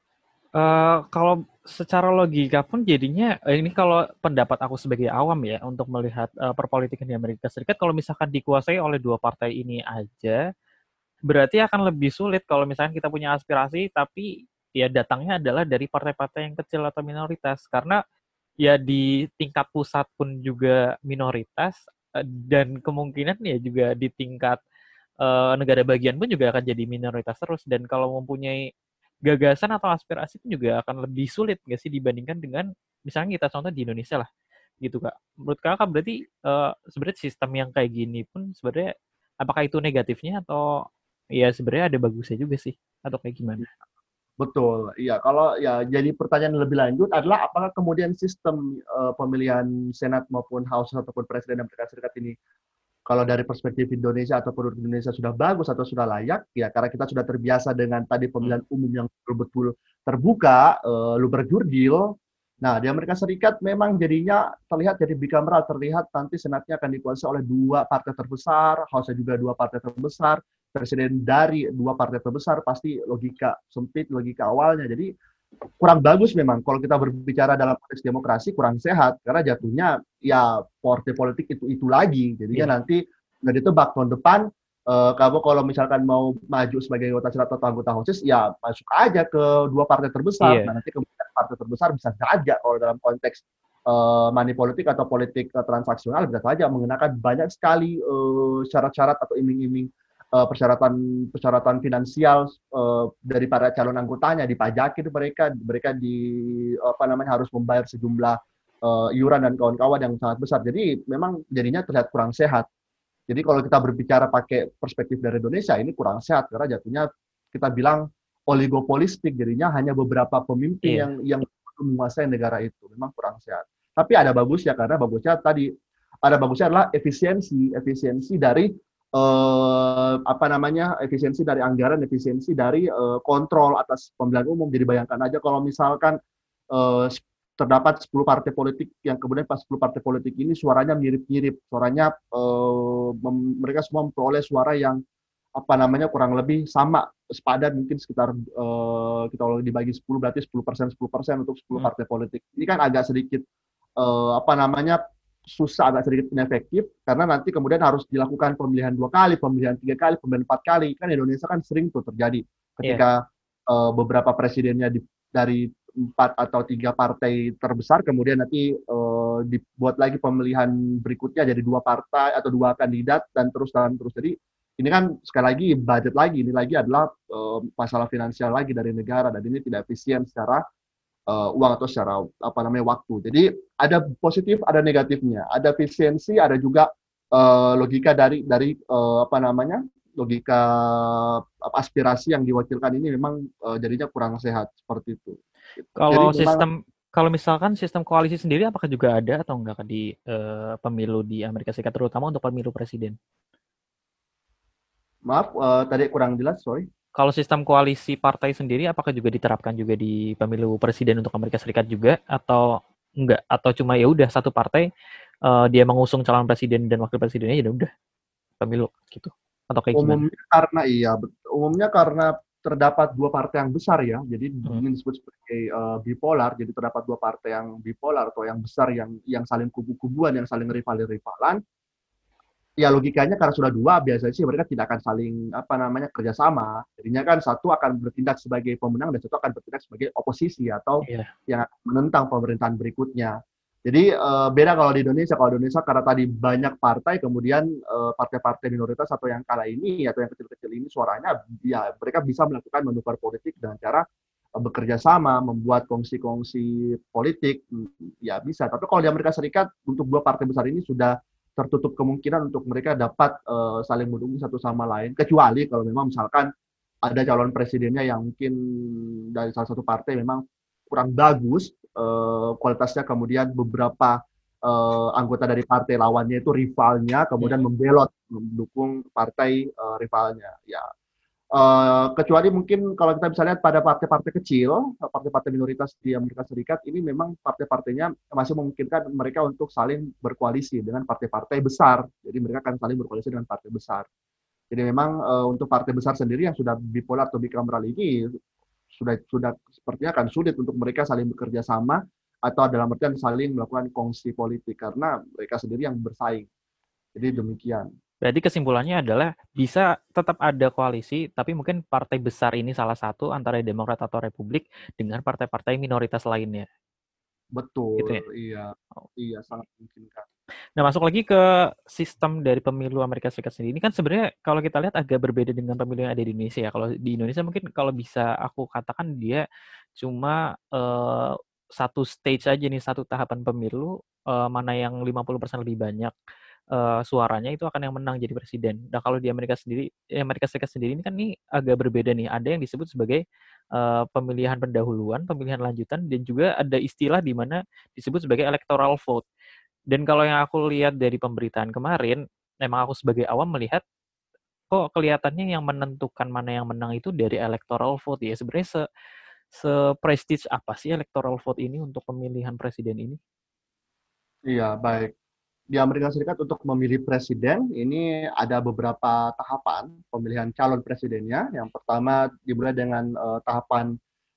Uh, kalau secara logika pun jadinya ini kalau pendapat aku sebagai awam ya untuk melihat uh, perpolitikan di Amerika Serikat, kalau misalkan dikuasai oleh dua partai ini aja, berarti akan lebih sulit kalau misalnya kita punya aspirasi tapi ya datangnya adalah dari partai-partai yang kecil atau minoritas, karena ya di tingkat pusat pun juga minoritas dan kemungkinan ya juga di tingkat uh, negara bagian pun juga akan jadi minoritas terus, dan kalau mempunyai gagasan atau aspirasi pun juga akan lebih sulit nggak sih dibandingkan dengan misalnya kita contoh di Indonesia lah gitu Kak. Menurut Kakak berarti uh, sebenarnya sistem yang kayak gini pun sebenarnya apakah itu negatifnya atau ya sebenarnya ada bagusnya juga sih atau kayak gimana? Betul, iya. Kalau ya jadi pertanyaan lebih lanjut adalah apakah kemudian sistem uh, pemilihan Senat maupun House ataupun Presiden Amerika Serikat ini kalau dari perspektif Indonesia ataupun Indonesia sudah bagus atau sudah layak, ya karena kita sudah terbiasa dengan tadi pemilihan umum yang betul-betul terbuka, uh, luber jurdil. Nah, di Amerika Serikat memang jadinya terlihat jadi bicameral, terlihat nanti Senatnya akan dikuasai oleh dua partai terbesar, House-nya juga dua partai terbesar, presiden dari dua partai terbesar, pasti logika sempit, logika awalnya. Jadi kurang bagus memang kalau kita berbicara dalam konteks demokrasi, kurang sehat karena jatuhnya ya partai politik itu itu lagi. Jadinya yeah. nanti nggak ditebak tahun depan uh, kamu kalau misalkan mau maju sebagai anggota senat atau anggota House, ya masuk aja ke dua partai terbesar. Yeah. Nah nanti kemudian partai terbesar bisa saja kalau dalam konteks uh, money politik atau politik uh, transaksional bisa saja mengenakan banyak sekali uh, syarat-syarat atau iming-iming Uh, persyaratan persyaratan finansial uh, dari para calon anggotanya, dipajaki itu mereka mereka di apa namanya harus membayar sejumlah uh, iuran dan kawan-kawan yang sangat besar. Jadi memang jadinya terlihat kurang sehat. Jadi kalau kita berbicara pakai perspektif dari Indonesia ini kurang sehat karena jatuhnya kita bilang oligopolistik, jadinya hanya beberapa pemimpin yeah. yang yang menguasai negara itu. Memang kurang sehat. Tapi ada bagusnya karena bagusnya tadi ada bagusnya adalah efisiensi efisiensi dari Uh, apa namanya efisiensi dari anggaran, efisiensi dari uh, kontrol atas pemilihan umum. Jadi bayangkan aja kalau misalkan uh, terdapat sepuluh partai politik yang kemudian pas sepuluh partai politik ini suaranya mirip-mirip, suaranya uh, mem- mereka semua memperoleh suara yang apa namanya kurang lebih sama, sepadan mungkin sekitar uh, kita kalau dibagi sepuluh berarti sepuluh persen sepuluh persen untuk sepuluh partai politik. Ini kan agak sedikit uh, apa namanya susah, agak sedikit inefektif karena nanti kemudian harus dilakukan pemilihan dua kali, pemilihan tiga kali, pemilihan empat kali. Kan Indonesia kan sering tuh terjadi ketika yeah. uh, beberapa presidennya di, dari empat atau tiga partai terbesar, kemudian nanti uh, dibuat lagi pemilihan berikutnya jadi dua partai atau dua kandidat dan terus dan terus. Jadi ini kan sekali lagi budget lagi, ini lagi adalah uh, masalah finansial lagi dari negara dan ini tidak efisien secara uh, uang atau secara apa namanya waktu. Jadi ada positif, ada negatifnya, ada efisiensi, ada juga uh, logika dari dari uh, apa namanya logika aspirasi yang diwakilkan ini memang uh, jadinya kurang sehat seperti itu. Jadi Kalau memang sistem kalau misalkan sistem koalisi sendiri apakah juga ada atau enggak di uh, pemilu di Amerika Serikat terutama untuk pemilu presiden? maaf uh, tadi kurang jelas, sorry. Kalau sistem koalisi partai sendiri apakah juga diterapkan juga di pemilu presiden untuk Amerika Serikat juga atau enggak, atau cuma ya udah satu partai uh, dia mengusung calon presiden dan wakil presidennya ya udah pemilu gitu atau kayak gimana? Umumnya karena iya, umumnya karena terdapat dua partai yang besar ya, jadi Hmm. ini disebut sebagai uh, bipolar. Jadi terdapat dua partai yang bipolar atau yang besar yang yang saling kubu-kubuan, yang saling rival-rivalan. Ya logikanya karena sudah dua biasanya sih mereka tidak akan saling apa namanya kerjasama. Jadinya kan satu akan bertindak sebagai pemenang dan satu akan bertindak sebagai oposisi atau Iya. yang akan menentang pemerintahan berikutnya. Jadi uh, beda kalau di Indonesia. Kalau di Indonesia karena tadi banyak partai, kemudian uh, partai-partai minoritas atau yang kalah ini atau yang kecil-kecil ini suaranya, ya mereka bisa melakukan manuver politik dengan cara uh, bekerja sama, membuat kongsi-kongsi politik, ya bisa. Tapi kalau di Amerika Serikat untuk dua partai besar ini sudah tertutup kemungkinan untuk mereka dapat uh, saling mendukung satu sama lain, kecuali kalau memang misalkan ada calon presidennya yang mungkin dari salah satu partai memang kurang bagus uh, kualitasnya, kemudian beberapa uh, anggota dari partai lawannya itu rivalnya, kemudian Hmm. membelot mendukung partai uh, rivalnya. Ya, Uh, kecuali mungkin kalau kita bisa lihat pada partai-partai kecil, partai-partai minoritas di Amerika Serikat, ini memang partai-partainya masih memungkinkan mereka untuk saling berkoalisi dengan partai-partai besar. Jadi mereka akan saling berkoalisi dengan partai besar. Jadi memang uh, untuk partai besar sendiri yang sudah bipolar atau bicameral ini sudah sudah sepertinya akan sulit untuk mereka saling bekerja sama atau dalam artian saling melakukan kongsi politik karena mereka sendiri yang bersaing. Jadi demikian. Berarti kesimpulannya adalah bisa tetap ada koalisi, tapi mungkin partai besar ini salah satu antara Demokrat atau Republik dengan partai-partai minoritas lainnya. Gitu ya. Betul, iya. Iya, sangat memungkinkan. Nah, masuk lagi ke sistem dari pemilu Amerika Serikat sendiri. Ini kan sebenarnya kalau kita lihat agak berbeda dengan pemilu yang ada di Indonesia ya. Kalau di Indonesia mungkin kalau bisa aku katakan dia cuma uh, satu stage aja nih, satu tahapan pemilu, uh, mana yang lima puluh persen lebih banyak uh, suaranya itu akan yang menang jadi presiden. Nah, kalau di Amerika sendiri, Amerika Serikat sendiri ini kan nih agak berbeda nih. Ada yang disebut sebagai uh, pemilihan pendahuluan, pemilihan lanjutan, dan juga ada istilah di mana disebut sebagai electoral vote. Dan kalau yang aku lihat dari pemberitaan kemarin, memang aku sebagai awam melihat kok kelihatannya yang menentukan mana yang menang itu dari electoral vote ya. Sebenarnya se se-prestige apa sih electoral vote ini untuk pemilihan presiden ini? Iya, baik. Di Amerika Serikat untuk memilih presiden ini ada beberapa tahapan pemilihan calon presidennya. Yang pertama dimulai dengan uh, tahapan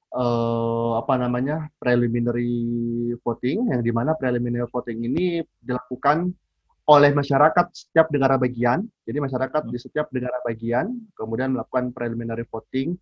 uh, apa namanya preliminary voting, yang dimana preliminary voting ini dilakukan oleh masyarakat setiap negara bagian. Jadi masyarakat Hmm. di setiap negara bagian kemudian melakukan preliminary voting.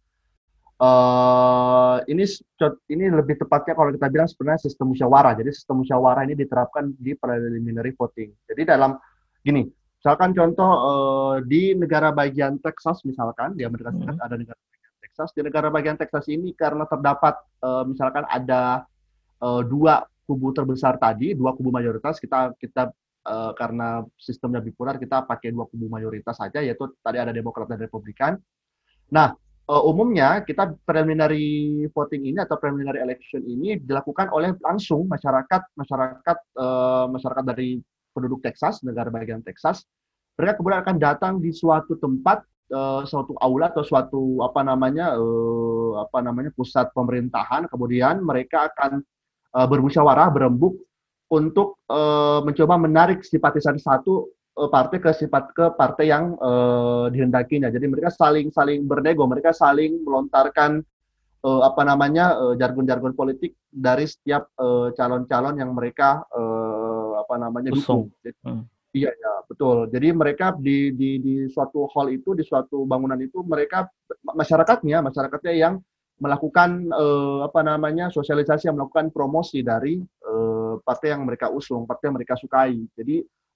Uh, ini ini lebih tepatnya kalau kita bilang sebenarnya sistem musyawarah. Jadi sistem musyawarah ini diterapkan di preliminary voting. Jadi dalam gini, misalkan contoh uh, di negara bagian Texas misalkan di Amerika Serikat Hmm. ada negara bagian Texas. Di negara bagian Texas ini karena terdapat uh, misalkan ada uh, dua kubu terbesar tadi, dua kubu mayoritas, kita kita uh, karena sistemnya bipolar kita pakai dua kubu mayoritas saja, yaitu tadi ada Demokrat dan Republikan. Nah, uh, umumnya kita preliminary voting ini atau preliminary election ini dilakukan oleh langsung masyarakat masyarakat uh, masyarakat dari penduduk Texas, negara bagian Texas. Mereka kemudian akan datang di suatu tempat, uh, suatu aula atau suatu apa namanya uh, apa namanya pusat pemerintahan. Kemudian mereka akan uh, bermusyawarah, berembuk untuk uh, mencoba menarik simpatisan satu partai ke sifat ke partai yang uh, dihendakinya. Jadi mereka saling saling bernego, mereka saling melontarkan uh, apa namanya uh, jargon-jargon politik dari setiap uh, calon-calon yang mereka uh, apa namanya Usung. dukung. Jadi, Hmm. iya ya betul. Jadi mereka di, di di suatu hall itu, di suatu bangunan itu mereka masyarakatnya masyarakatnya yang melakukan uh, apa namanya sosialisasi, yang melakukan promosi dari uh, partai yang mereka usung, partai yang mereka sukai. Jadi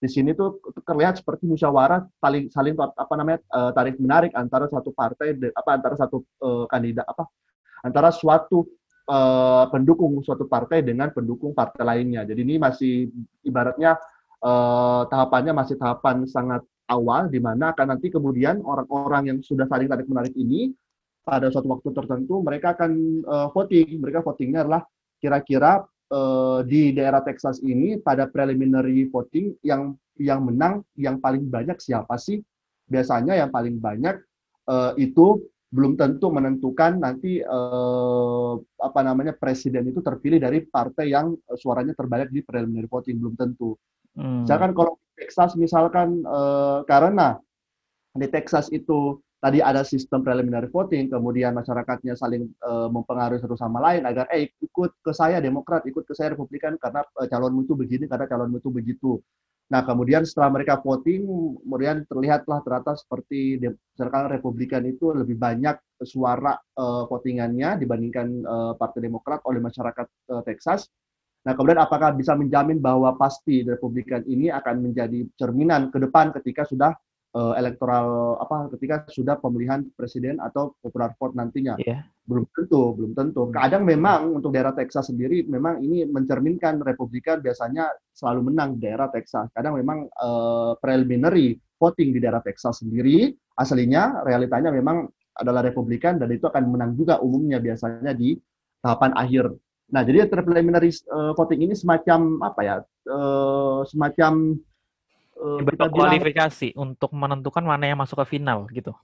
di sini tuh terlihat seperti musyawarah saling saling apa namanya uh, tarik menarik antara satu partai apa antara satu uh, kandidat apa antara suatu uh, pendukung suatu partai dengan pendukung partai lainnya. Jadi ini masih ibaratnya uh, tahapannya masih tahapan sangat awal, di mana akan nanti kemudian orang-orang yang sudah saling tarik menarik ini pada suatu waktu tertentu mereka akan uh, voting. Mereka votingnya adalah kira-kira uh, di daerah Texas ini pada preliminary voting yang yang menang yang paling banyak siapa sih? Biasanya yang paling banyak uh, itu belum tentu menentukan nanti uh, apa namanya presiden itu terpilih dari partai yang suaranya terbanyak di preliminary voting, belum tentu. Hmm. Misalkan kalau Texas misalkan uh, karena di Texas itu tadi ada sistem preliminary voting, kemudian masyarakatnya saling uh, mempengaruhi satu sama lain agar eh ikut ke saya Demokrat, ikut ke saya Republikan karena uh, calonmu itu begini, karena calonmu itu begitu. Nah, kemudian setelah mereka voting, kemudian terlihatlah ternyata seperti misalkan Republikan itu lebih banyak suara uh, votingannya dibandingkan uh, Partai Demokrat oleh masyarakat uh, Texas. Nah, kemudian apakah bisa menjamin bahwa pasti Republikan ini akan menjadi cerminan ke depan ketika sudah uh, elektoral apa ketika sudah pemilihan presiden atau popular vote nantinya? Yeah. Belum tentu, belum tentu. Kadang memang untuk daerah Texas sendiri memang ini mencerminkan Republikan biasanya selalu menang di daerah Texas. Kadang memang uh, preliminary voting di daerah Texas sendiri aslinya realitanya memang adalah Republikan dan itu akan menang juga umumnya biasanya di tahapan akhir. Nah, jadi preliminary uh, voting ini semacam apa ya? Uh, semacam uh, kita kualifikasi bilang, untuk menentukan mana yang masuk ke final gitu.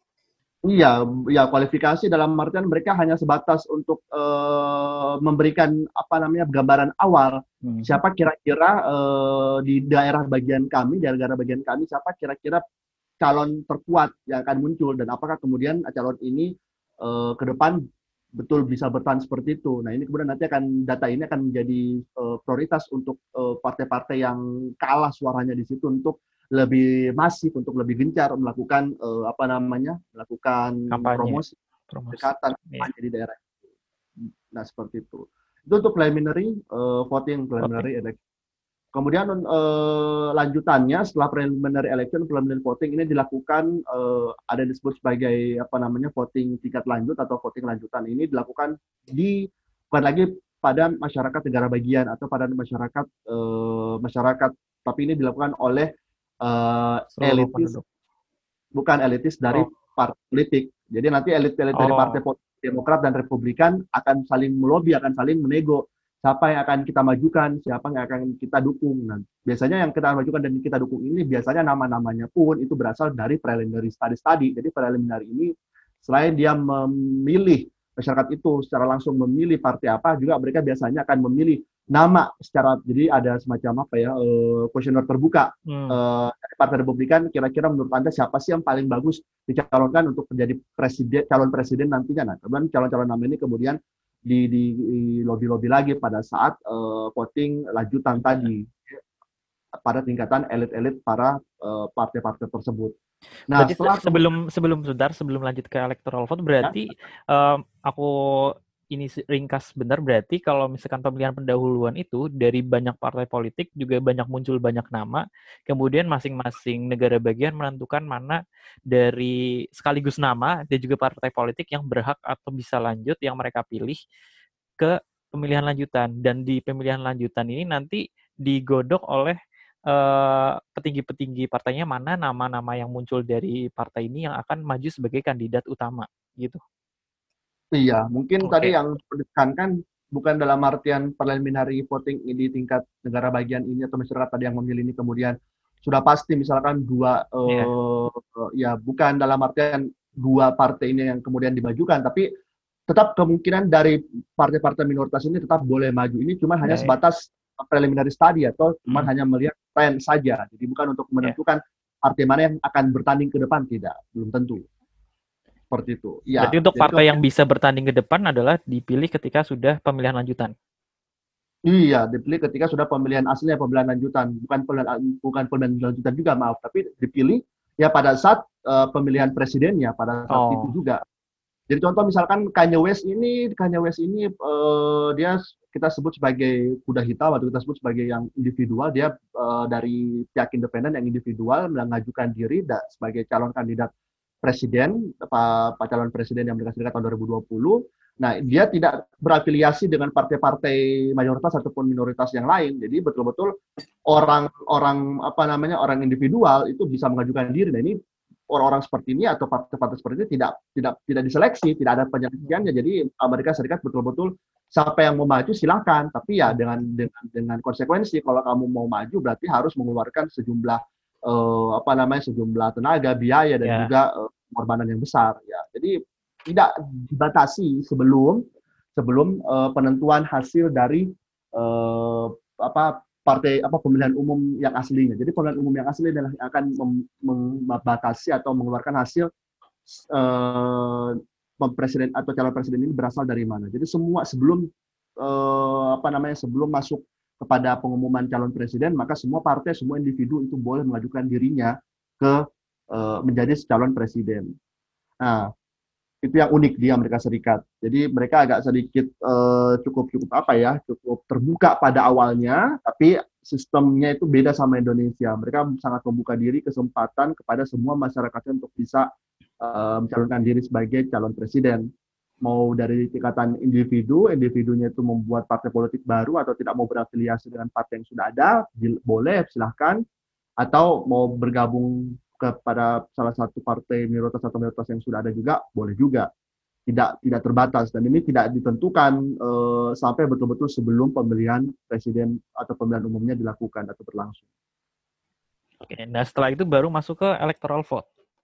Iya, ya kualifikasi dalam artian mereka hanya sebatas untuk uh, memberikan apa namanya gambaran awal hmm. siapa kira-kira uh, di daerah bagian kami, di daerah bagian kami siapa kira-kira calon terkuat yang akan muncul dan apakah kemudian calon ini uh, ke depan betul bisa bertahan seperti itu. Nah, ini kemudian nanti akan data ini akan menjadi uh, prioritas untuk uh, partai-partai yang kalah suaranya di situ untuk lebih masif, untuk lebih gencar melakukan uh, apa namanya, melakukan kampanye, promosi, pendekatan kampanye yeah. di daerah. Nah, seperti itu. Itu untuk preliminary uh, voting, preliminary okay. election. Kemudian uh, lanjutannya setelah preliminary election, preliminary voting ini dilakukan uh, ada yang disebut sebagai apa namanya voting tingkat lanjut atau voting lanjutan ini dilakukan di bukan lagi pada masyarakat negara bagian atau pada masyarakat uh, masyarakat, tapi ini dilakukan oleh uh, elitis, bukan elitis dari oh. partai politik. Jadi nanti elit-elit oh. dari partai Demokrat dan Republikan akan saling melobi, akan saling menego. Siapa yang akan kita majukan, siapa yang akan kita dukung. Nah, biasanya yang kita majukan dan kita dukung ini biasanya nama-namanya pun itu berasal dari preliminary study-study. Jadi preliminary ini selain dia memilih masyarakat itu secara langsung memilih partai apa, juga mereka biasanya akan memilih nama secara, jadi ada semacam apa ya, kuesioner uh, terbuka hmm. uh, Partai Republikan. Kira-kira menurut Anda siapa sih yang paling bagus dicalonkan untuk menjadi presiden, calon presiden nantinya? Nah, kemudian calon-calon nama ini kemudian di, di, di lobby-lobby lagi pada saat uh, voting lanjutan tadi pada tingkatan elit-elit para uh, partai-partai tersebut. Nah, berarti setelah sebelum sebelum sebentar sebelum lanjut ke electoral vote berarti ya? um, aku ini ringkas benar, berarti kalau misalkan pemilihan pendahuluan itu dari banyak partai politik juga banyak muncul banyak nama, kemudian masing-masing negara bagian menentukan mana dari sekaligus nama dan juga partai politik yang berhak atau bisa lanjut yang mereka pilih ke pemilihan lanjutan. Dan di pemilihan lanjutan ini nanti digodok oleh uh, petinggi-petinggi partainya mana nama-nama yang muncul dari partai ini yang akan maju sebagai kandidat utama gitu. Iya, mungkin okay. tadi yang ditekankan bukan dalam artian preliminary voting di tingkat negara bagian ini atau masyarakat tadi yang memilih ini kemudian sudah pasti misalkan dua yeah. uh, ya bukan dalam artian dua partai ini yang kemudian dimajukan, tapi tetap kemungkinan dari partai-partai minoritas ini tetap boleh maju. Ini cuma hanya yeah, sebatas yeah. preliminary study atau cuma hmm. hanya melihat tren saja. Jadi bukan untuk menentukan yeah. partai mana yang akan bertanding ke depan, tidak, belum tentu. Seperti itu. Ya, berarti untuk partai yang bisa bertanding ke depan adalah dipilih ketika sudah pemilihan lanjutan. Iya, dipilih ketika sudah pemilihan aslinya, pemilihan lanjutan, bukan pemilihan bukan pemilihan lanjutan juga, maaf, tapi dipilih ya pada saat uh, pemilihan presidennya pada saat oh. itu juga. Jadi contoh misalkan Kanye West ini, Kanye West ini uh, dia kita sebut sebagai kuda hitam atau kita sebut sebagai yang individual. Dia uh, dari pihak independen yang individual mengajukan diri da, sebagai calon kandidat presiden, pak, pak calon presiden yang Amerika Serikat tahun dua ribu dua puluh. Nah, dia tidak berafiliasi dengan partai-partai mayoritas ataupun minoritas yang lain. Jadi betul-betul orang-orang apa namanya orang individual itu bisa mengajukan diri. Nah, ini orang-orang seperti ini atau partai-partai seperti ini tidak tidak tidak diseleksi, tidak ada penyeleksiannya. Jadi Amerika Serikat betul-betul siapa yang mau maju silakan, tapi ya dengan dengan dengan konsekuensi kalau kamu mau maju berarti harus mengeluarkan sejumlah uh, apa namanya sejumlah tenaga, biaya dan yeah. juga uh, pengorbanan yang besar ya. Jadi tidak dibatasi sebelum sebelum uh, penentuan hasil dari uh, apa partai apa pemilihan umum yang aslinya. Jadi pemilihan umum yang asli adalah akan membatasi atau mengeluarkan hasil uh, presiden atau calon presiden ini berasal dari mana. Jadi semua sebelum uh, apa namanya sebelum masuk kepada pengumuman calon presiden, maka semua partai, semua individu itu boleh mengajukan dirinya ke uh, menjadi calon presiden. Nah, itu yang unik di Amerika Serikat. Jadi mereka agak sedikit uh, cukup cukup apa ya, cukup terbuka pada awalnya, tapi sistemnya itu beda sama Indonesia. Mereka sangat membuka diri kesempatan kepada semua masyarakatnya untuk bisa uh, mencalonkan diri sebagai calon presiden. Mau dari tingkatan individu, individunya itu membuat partai politik baru atau tidak mau berafiliasi dengan partai yang sudah ada, boleh silahkan. Atau mau bergabung kepada salah satu partai minoritas atau minoritas yang sudah ada juga boleh juga, tidak tidak terbatas dan ini tidak ditentukan uh, sampai betul-betul sebelum pemilihan presiden atau pemilihan umumnya dilakukan atau berlangsung. Oke, nah setelah itu baru masuk ke electoral vote.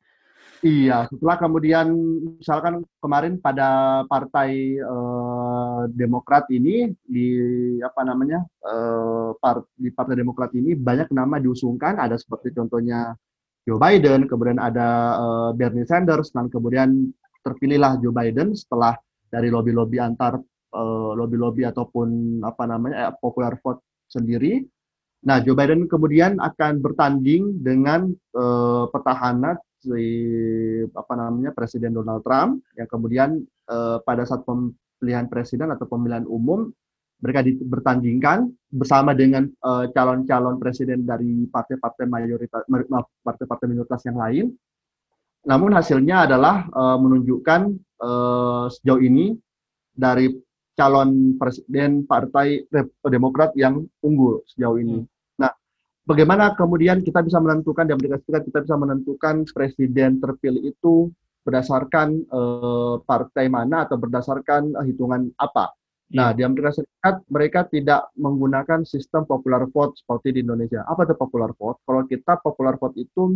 Iya, setelah kemudian misalkan kemarin pada partai uh, Demokrat ini di apa namanya uh, part, di partai Demokrat ini banyak nama diusungkan, ada seperti contohnya Joe Biden, kemudian ada uh, Bernie Sanders, dan kemudian terpilihlah Joe Biden setelah dari lobby-lobby antar uh, lobby-lobby ataupun apa namanya eh, popular vote sendiri. Nah, Joe Biden kemudian akan bertanding dengan uh, petahana si apa namanya Presiden Donald Trump yang kemudian uh, pada saat pemilihan presiden atau pemilihan umum mereka bertandingkan bersama dengan uh, calon-calon presiden dari partai-partai mayoritas, partai-partai minoritas yang lain. Namun hasilnya adalah uh, menunjukkan uh, sejauh ini dari calon presiden partai Demokrat yang unggul sejauh ini. Hmm. Nah, bagaimana kemudian kita bisa menentukan di Amerika Serikat kita bisa menentukan presiden terpilih itu berdasarkan uh, partai mana atau berdasarkan uh, hitungan apa? Nah, di Amerika Serikat mereka tidak menggunakan sistem popular vote seperti di Indonesia. Apa itu popular vote? Kalau kita popular vote itu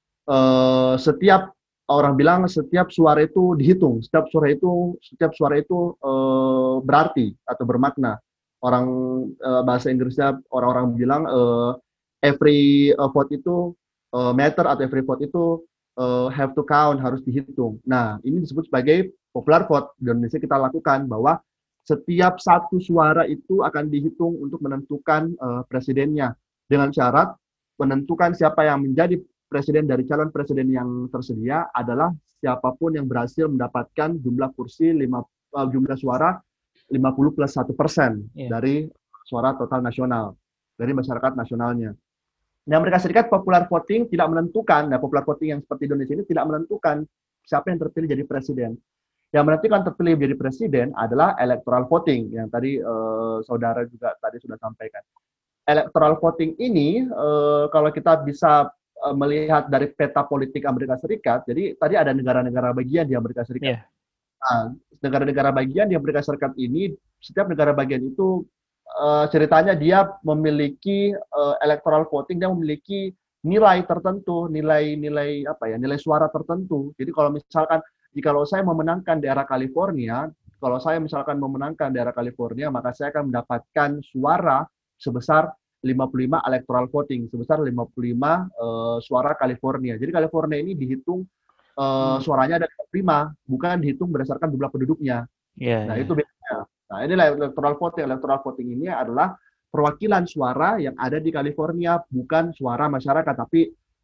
eh, setiap orang bilang setiap suara itu dihitung, setiap suara itu setiap suara itu eh, berarti atau bermakna. Orang eh, bahasa Inggrisnya orang-orang bilang eh, every vote itu eh, matter atau every vote itu eh, have to count, harus dihitung. Nah, ini disebut sebagai popular vote. Di Indonesia kita lakukan bahwa setiap satu suara itu akan dihitung untuk menentukan uh, presidennya dengan syarat menentukan siapa yang menjadi presiden dari calon presiden yang tersedia adalah siapapun yang berhasil mendapatkan jumlah kursi lima, uh, jumlah suara lima puluh plus satu persen yeah. dari suara total nasional dari masyarakat nasionalnya. Di Amerika Serikat popular voting tidak menentukan, nah popular voting yang seperti Indonesia ini tidak menentukan siapa yang terpilih jadi presiden. Yang menentukan terpilih menjadi presiden adalah electoral voting yang tadi uh, saudara juga tadi sudah sampaikan. Electoral voting ini uh, kalau kita bisa uh, melihat dari peta politik Amerika Serikat, jadi tadi ada negara-negara bagian di Amerika Serikat. Yeah. Nah, negara-negara bagian di Amerika Serikat ini, setiap negara bagian itu uh, ceritanya dia memiliki uh, electoral voting, dia memiliki nilai tertentu, nilai-nilai apa ya, nilai suara tertentu. Jadi kalau misalkan jikalau saya memenangkan daerah California, kalau saya misalkan memenangkan daerah California, maka saya akan mendapatkan suara sebesar lima puluh lima electoral voting, sebesar lima puluh lima uh, suara California. Jadi California ini dihitung uh, suaranya ada lima puluh lima, bukan dihitung berdasarkan jumlah penduduknya. Yeah, nah, yeah. Itu bedanya. Nah, inilah electoral voting. Electoral voting ini adalah perwakilan suara yang ada di California, bukan suara masyarakat, tapi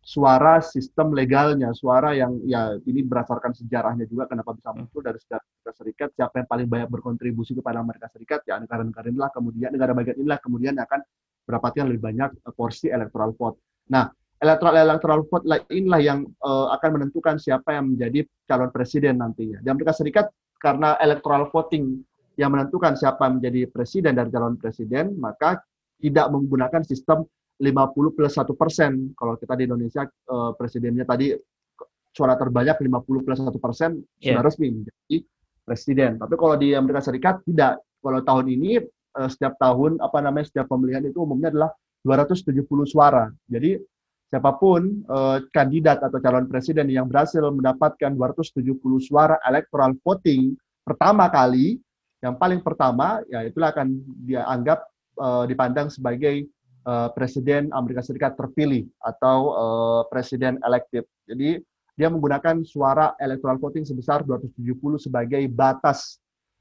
suara sistem legalnya, suara yang ya ini berdasarkan sejarahnya juga kenapa bisa Hmm. muncul dari sejarah Amerika Serikat, siapa yang paling banyak berkontribusi kepada Amerika Serikat, ya negara-negara inilah kemudian, negara bagian inilah kemudian akan mendapatkan lebih banyak uh, porsi electoral vote. Nah, electoral electoral vote inilah yang uh, akan menentukan siapa yang menjadi calon presiden nantinya. Di Amerika Serikat, karena electoral voting yang menentukan siapa yang menjadi presiden dan calon presiden, maka tidak menggunakan sistem lima puluh plus satu persen. Kalau kita di Indonesia, eh, presidennya tadi suara terbanyak lima puluh plus satu persen sudah Yeah. resmi menjadi presiden. Tapi kalau di Amerika Serikat tidak. Kalau tahun ini, eh, setiap tahun, apa namanya, setiap pemilihan itu umumnya adalah dua ratus tujuh puluh suara. Jadi siapapun eh, kandidat atau calon presiden yang berhasil mendapatkan dua ratus tujuh puluh suara electoral voting pertama kali, yang paling pertama, ya itulah akan dianggap eh, dipandang sebagai uh, presiden Amerika Serikat terpilih atau uh, presiden elected. Jadi dia menggunakan suara electoral voting sebesar dua ratus tujuh puluh sebagai batas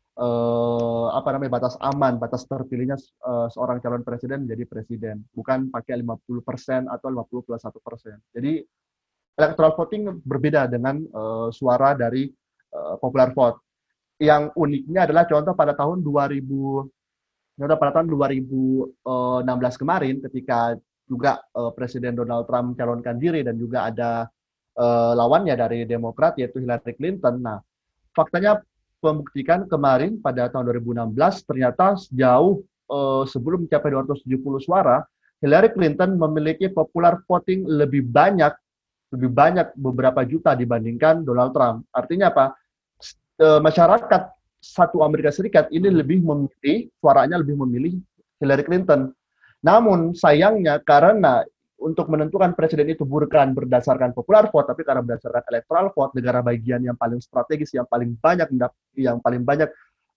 uh, apa namanya batas aman, batas terpilihnya uh, seorang calon presiden menjadi presiden, bukan pakai lima puluh persen atau lima puluh plus satu persen. Jadi electoral voting berbeda dengan uh, suara dari uh, popular vote. Yang uniknya adalah contoh pada tahun dua ribu Pada tahun dua ribu enam belas kemarin, ketika juga uh, Presiden Donald Trump mencalonkan diri dan juga ada uh, lawannya dari Demokrat yaitu Hillary Clinton. Nah, faktanya membuktikan kemarin pada tahun dua ribu enam belas ternyata jauh uh, sebelum mencapai dua ratus tujuh puluh suara, Hillary Clinton memiliki popular voting lebih banyak lebih banyak beberapa juta dibandingkan Donald Trump. Artinya apa? Uh, masyarakat satu Amerika Serikat ini lebih memilih, suaranya lebih memilih Hillary Clinton. Namun sayangnya karena untuk menentukan presiden itu bukan berdasarkan popular vote, tapi karena berdasarkan electoral vote, negara bagian yang paling strategis, yang paling banyak yang paling banyak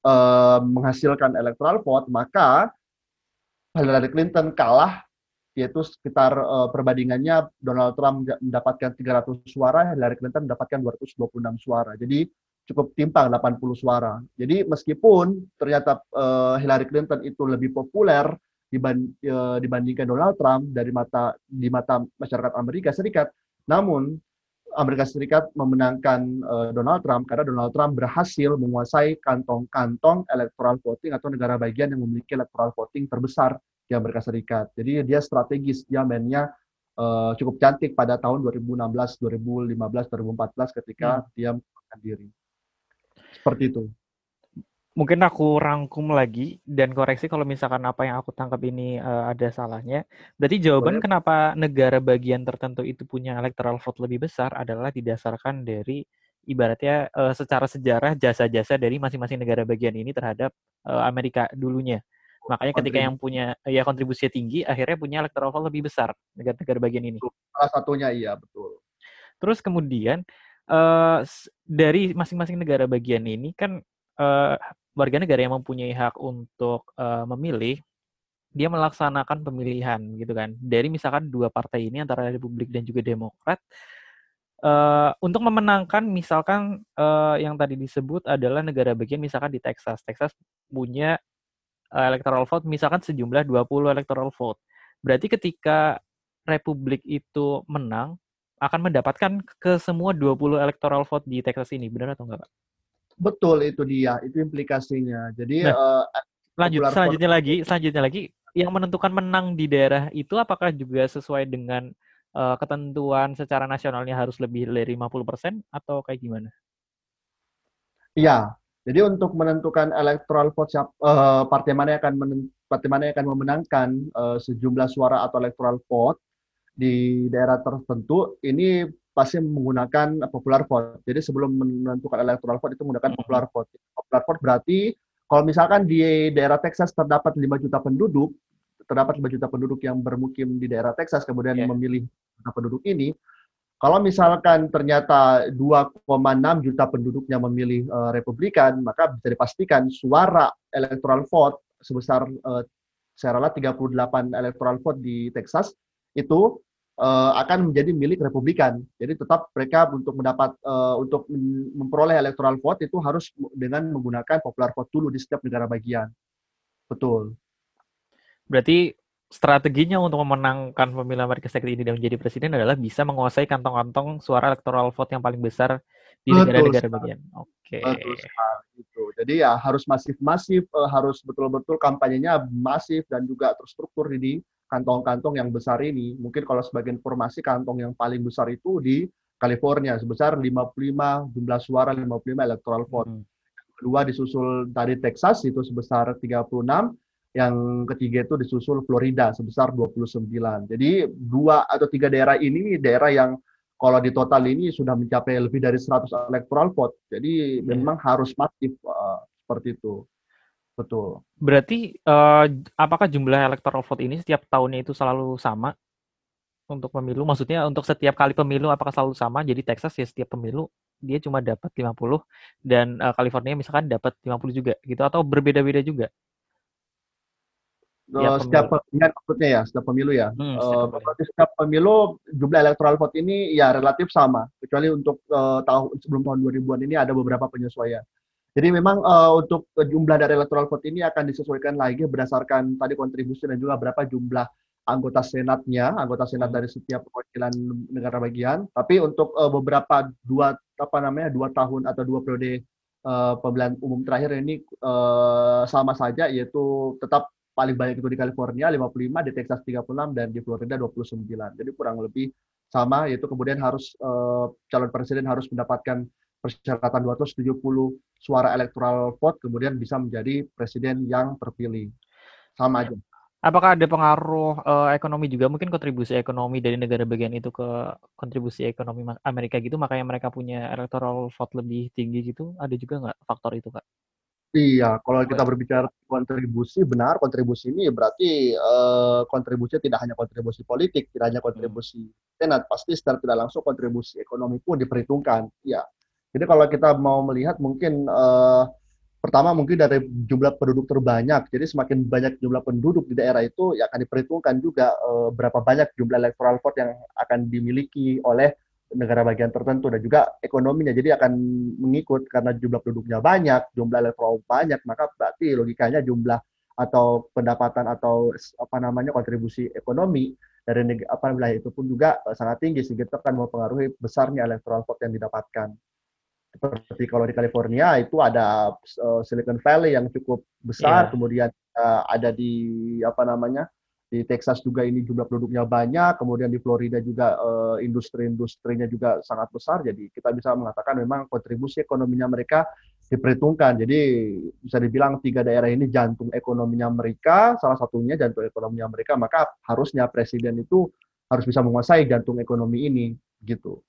uh, menghasilkan electoral vote, maka Hillary Clinton kalah, yaitu sekitar uh, perbandingannya Donald Trump mendapatkan tiga ratus suara, Hillary Clinton mendapatkan dua ratus dua puluh enam suara. Jadi cukup timpang delapan puluh suara. Jadi meskipun ternyata uh, Hillary Clinton itu lebih populer dibandingkan Donald Trump dari mata di mata masyarakat Amerika Serikat, namun Amerika Serikat memenangkan uh, Donald Trump karena Donald Trump berhasil menguasai kantong-kantong electoral voting atau negara bagian yang memiliki electoral voting terbesar di Amerika Serikat. Jadi dia strategis, dia mainnya uh, cukup cantik pada tahun dua ribu enam belas, dua ribu lima belas, dua ribu empat belas ketika hmm. dia mengundurkan diri. Seperti itu. Mungkin aku rangkum lagi dan koreksi kalau misalkan apa yang aku tangkap ini uh, ada salahnya. Berarti jawaban Boleh. Kenapa negara bagian tertentu itu punya electoral vote lebih besar adalah didasarkan dari ibaratnya uh, secara sejarah jasa-jasa dari masing-masing negara bagian ini terhadap uh, Amerika dulunya. Makanya ketika yang punya ya kontribusi tinggi akhirnya punya electoral vote lebih besar negara-negara bagian ini. Salah satunya iya, betul. Terus kemudian uh, dari masing-masing negara bagian ini kan uh, warga negara yang mempunyai hak untuk uh, memilih, dia melaksanakan pemilihan gitu kan. Dari misalkan dua partai ini antara Republik dan juga Demokrat uh, untuk memenangkan misalkan uh, yang tadi disebut adalah negara bagian misalkan di Texas. Texas punya uh, electoral vote misalkan sejumlah dua puluh electoral vote. Berarti ketika Republik itu menang akan mendapatkan ke semua dua puluh electoral vote di Texas ini, benar atau enggak, Pak? Betul, itu dia, itu implikasinya. Jadi nah, uh, lanjut selanjutnya vote... lagi, selanjutnya lagi yang menentukan menang di daerah itu apakah juga sesuai dengan uh, ketentuan secara nasionalnya harus lebih dari lima puluh persen atau kayak gimana? Iya. Jadi untuk menentukan electoral vote uh, partai mana yang akan menent- partai mana yang akan memenangkan uh, sejumlah suara atau electoral vote di daerah tertentu ini pasti menggunakan popular vote. Jadi sebelum menentukan electoral vote itu menggunakan mm-hmm. popular vote. Popular vote berarti kalau misalkan di daerah Texas terdapat lima juta penduduk, terdapat lima juta penduduk yang bermukim di daerah Texas kemudian yeah. memilih juta penduduk ini, kalau misalkan ternyata dua koma enam juta penduduknya memilih uh, Republikan, maka bisa dipastikan suara electoral vote sebesar uh, secara tiga puluh delapan electoral vote di Texas itu Uh, akan menjadi milik Republikan. Jadi tetap mereka untuk mendapat uh, untuk memperoleh electoral vote itu harus dengan menggunakan popular vote dulu di setiap negara bagian. Betul. Berarti strateginya untuk memenangkan pemilu Amerika Serikat ini dan menjadi presiden adalah bisa menguasai kantong-kantong suara electoral vote yang paling besar di Betul negara-negara sekali. bagian. Oke. Betul sekali gitu. Jadi ya harus masif-masif, eh, harus betul-betul kampanyenya masif dan juga terstruktur di kantong-kantong yang besar ini. Mungkin kalau sebagai informasi kantong yang paling besar itu di California sebesar lima puluh lima jumlah suara lima puluh lima electoral vote. Hmm. Kedua disusul dari Texas itu sebesar tiga puluh enam, yang ketiga itu disusul Florida sebesar dua puluh sembilan. Jadi dua atau tiga daerah ini daerah yang kalau di total ini sudah mencapai lebih dari seratus electoral vote. Jadi Ya. memang harus masif uh, seperti itu. Betul. Berarti uh, apakah jumlah electoral vote ini setiap tahunnya itu selalu sama untuk pemilu? Maksudnya untuk setiap kali pemilu apakah selalu sama? Jadi Texas ya setiap pemilu dia cuma dapat lima puluh dan uh, California misalkan dapat lima puluh juga gitu atau berbeda-beda juga tiap Uh, pemilu? setiap pemilihan maksudnya ya, setiap pemilu ya. Hmm, setiap Uh, pemilihan. di setiap pemilu jumlah electoral vote ini ya relatif sama, kecuali untuk uh, tahun sebelum tahun dua ribuan ini ada beberapa penyesuaian. Jadi memang uh, untuk jumlah dari electoral vote ini akan disesuaikan lagi berdasarkan tadi kontribusi dan juga berapa jumlah anggota senatnya, anggota senat Hmm. dari setiap perwakilan negara bagian. Tapi untuk uh, beberapa dua apa namanya dua tahun atau dua periode uh, pemilihan umum terakhir ini uh, sama saja, yaitu tetap paling banyak itu di California lima puluh lima, di Texas tiga puluh enam, dan di Florida dua puluh sembilan. Jadi kurang lebih sama, yaitu kemudian harus uh, calon presiden harus mendapatkan persyaratan dua ratus tujuh puluh suara electoral vote, kemudian bisa menjadi presiden yang terpilih. Sama aja. Apakah ada pengaruh uh, ekonomi juga, mungkin kontribusi ekonomi dari negara bagian itu ke kontribusi ekonomi Amerika gitu, makanya mereka punya electoral vote lebih tinggi gitu? Ada juga nggak faktor itu, Kak? Iya, kalau Oh, kita berbicara kontribusi, benar kontribusi ini berarti eh, kontribusi tidak hanya kontribusi politik, tidak hanya hmm. kontribusi senat, pasti secara tidak langsung kontribusi ekonomi pun diperhitungkan. Ya, jadi kalau kita mau melihat mungkin eh, pertama mungkin dari jumlah penduduk terbanyak, jadi semakin banyak jumlah penduduk di daerah itu ya akan diperhitungkan juga eh, berapa banyak jumlah electoral vote yang akan dimiliki oleh negara bagian tertentu, dan juga ekonominya jadi akan mengikut karena jumlah penduduknya banyak, jumlah electoral banyak, maka berarti logikanya jumlah atau pendapatan atau apa namanya kontribusi ekonomi dari negara apa wilayah itu pun juga uh, sangat tinggi, sehingga itu akan mempengaruhi besarnya electoral vote yang didapatkan. Seperti kalau di California itu ada uh, Silicon Valley yang cukup besar, Iya. kemudian uh, ada di apa namanya di Texas juga ini jumlah penduduknya banyak, kemudian di Florida juga uh, industri-industrinya juga sangat besar, jadi kita bisa mengatakan memang kontribusi ekonominya mereka diperhitungkan. Jadi bisa dibilang tiga daerah ini jantung ekonominya mereka, salah satunya jantung ekonominya mereka, maka harusnya presiden itu harus bisa menguasai jantung ekonomi ini, gitu.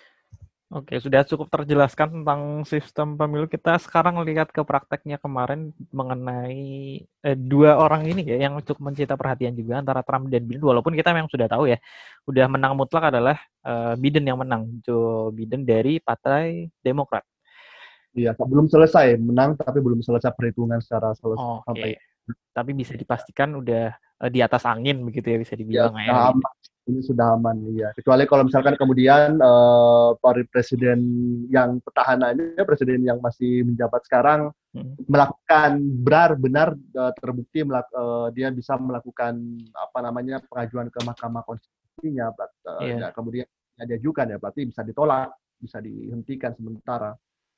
Oke, sudah cukup terjelaskan tentang sistem pemilu. Kita sekarang lihat ke prakteknya kemarin mengenai eh, dua orang ini ya yang cukup mencita perhatian juga antara Trump dan Biden. Walaupun kita memang sudah tahu ya, udah menang mutlak adalah eh, Biden yang menang, Joe Biden dari Partai Demokrat. Iya, belum selesai menang, tapi belum selesai perhitungan secara selesai sampai. Oke, tapi bisa dipastikan udah eh, di atas angin begitu ya bisa Ya, dibilang sudah ya Biden. aman. Ini sudah aman, iya. Kecuali kalau misalkan kemudian uh, para presiden yang petahana ini, presiden yang masih menjabat sekarang Hmm. melakukan benar-benar uh, terbukti melak, uh, dia bisa melakukan apa namanya pengajuan ke Mahkamah Konstitusinya, uh, Iya. ya, kemudian ya diajukan ya berarti bisa ditolak, bisa dihentikan sementara.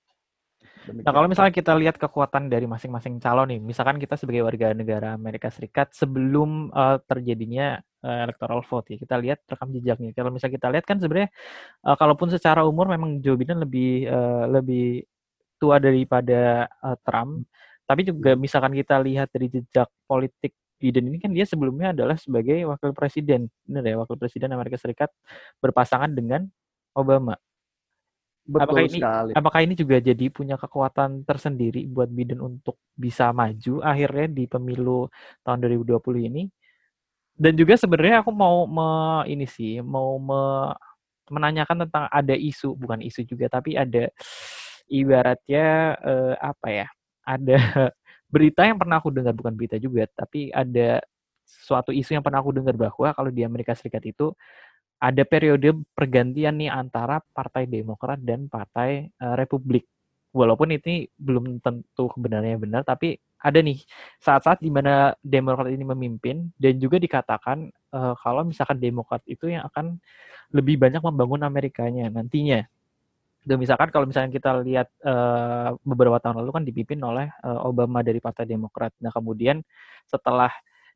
Nah, kalau Demikian. misalnya kita lihat kekuatan dari masing-masing calon nih, misalkan kita sebagai warga negara Amerika Serikat sebelum uh, terjadinya uh, electoral vote ya, kita lihat rekam jejaknya. Kalau misalnya kita lihat kan sebenarnya uh, kalaupun secara umur memang Joe Biden lebih uh, lebih tua daripada uh, Trump, tapi juga misalkan kita lihat dari jejak politik Biden ini kan dia sebelumnya adalah sebagai wakil presiden, benar ya, wakil presiden Amerika Serikat berpasangan dengan Obama. Apakah Betul ini sekali. apakah ini juga jadi punya kekuatan tersendiri buat Biden untuk bisa maju akhirnya di pemilu tahun dua ribu dua puluh ini? Dan juga sebenarnya aku mau me, ini sih, mau me, menanyakan tentang ada isu, bukan isu juga, tapi ada ibaratnya eh, apa ya? Ada berita yang pernah aku dengar, bukan berita juga, tapi ada suatu isu yang pernah aku dengar bahwa kalau di Amerika Serikat itu ada periode pergantian nih antara Partai Demokrat dan Partai uh, Republik. Walaupun ini belum tentu kebenarannya benar, tapi ada nih saat-saat di mana Demokrat ini memimpin dan juga dikatakan uh, kalau misalkan Demokrat itu yang akan lebih banyak membangun Amerikanya nantinya. Dan misalkan kalau misalnya kita lihat uh, beberapa tahun lalu kan dipimpin oleh uh, Obama dari Partai Demokrat. Nah kemudian setelah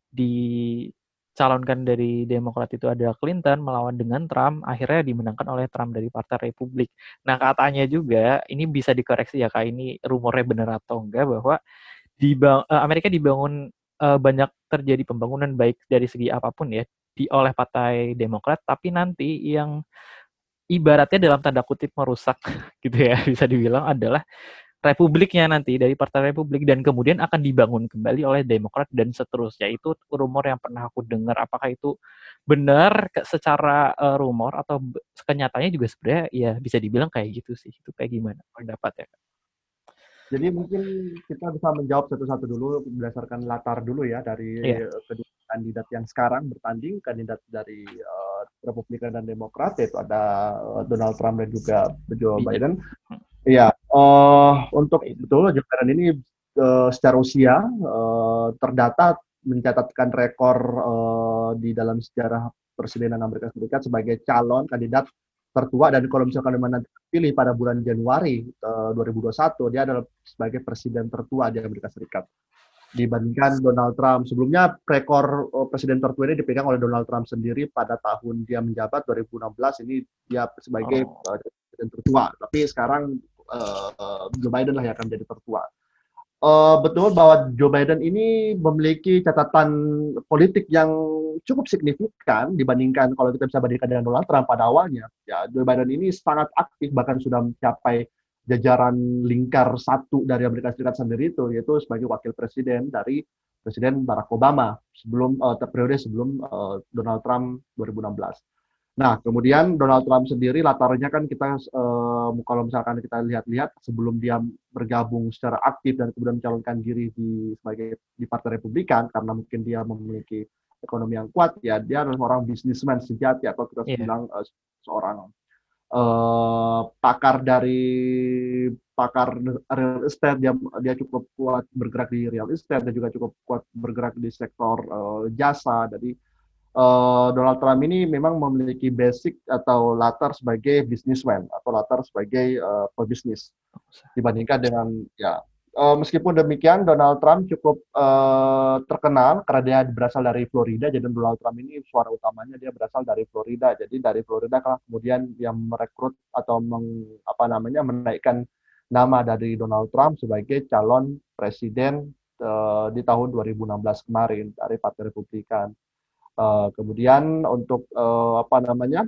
dicalonkan dari Demokrat itu ada Clinton melawan dengan Trump, akhirnya dimenangkan oleh Trump dari Partai Republik. Nah katanya juga ini bisa dikoreksi ya kak, ini rumornya benar atau enggak, bahwa di Amerika dibangun uh, banyak terjadi pembangunan baik dari segi apapun ya di oleh Partai Demokrat, tapi nanti yang ibaratnya dalam tanda kutip merusak gitu ya bisa dibilang adalah Republiknya nanti dari Partai Republik, dan kemudian akan dibangun kembali oleh Demokrat dan seterusnya. Itu rumor yang pernah aku dengar. Apakah itu benar secara uh, rumor atau kenyataannya juga sebenarnya ya bisa dibilang kayak gitu sih. Itu kayak gimana pendapatnya? Jadi mungkin kita bisa menjawab satu-satu dulu berdasarkan latar dulu ya dari yeah. kedua kandidat yang sekarang bertanding, kandidat dari uh, Republikan dan Demokrat, yaitu ada uh, Donald Trump dan juga Joe Biden. Iya, uh, untuk betul Joe Biden ini uh, secara usia uh, terdata mencatatkan rekor uh, di dalam sejarah Presidenan Amerika Serikat sebagai calon kandidat tertua, dan kalau misalkan nanti terpilih pada bulan Januari uh, dua ribu dua puluh satu, dia adalah sebagai presiden tertua di Amerika Serikat dibandingkan Donald Trump. Sebelumnya rekor uh, presiden tertua ini dipegang oleh Donald Trump sendiri pada tahun dia menjabat dua ribu enam belas, ini dia sebagai uh, presiden tertua. Tapi sekarang uh, Joe Biden lah yang akan menjadi tertua. Uh, betul bahwa Joe Biden ini memiliki catatan politik yang cukup signifikan dibandingkan kalau kita bisa bandingkan dengan Donald Trump pada awalnya. Ya, Joe Biden ini sangat aktif, bahkan sudah mencapai jajaran lingkar satu dari Amerika Serikat sendiri itu, yaitu sebagai wakil presiden dari Presiden Barack Obama sebelum uh, periode sebelum uh, Donald Trump dua ribu enam belas. Nah, kemudian Donald Trump sendiri latarnya kan kita uh, kalau misalkan kita lihat-lihat sebelum dia bergabung secara aktif dan kemudian mencalonkan diri di sebagai di Partai Republikan karena mungkin dia memiliki ekonomi yang kuat, ya dia adalah seorang bisnismen sejati, atau kita yeah. bilang uh, seorang uh, pakar dari pakar real estate. Dia dia cukup kuat bergerak di real estate dan juga cukup kuat bergerak di sektor uh, jasa. Jadi Uh, Donald Trump ini memang memiliki basic atau latar sebagai businessman atau latar sebagai uh, pebisnis dibandingkan dengan ya uh, meskipun demikian Donald Trump cukup uh, terkenal karena dia berasal dari Florida. Jadi Donald Trump ini suara utamanya dia berasal dari Florida. Jadi dari Florida kan kemudian dia merekrut atau meng, apa namanya menaikkan nama dari Donald Trump sebagai calon presiden uh, di tahun dua ribu enam belas kemarin dari Partai Republikan. Uh, kemudian untuk uh, apa namanya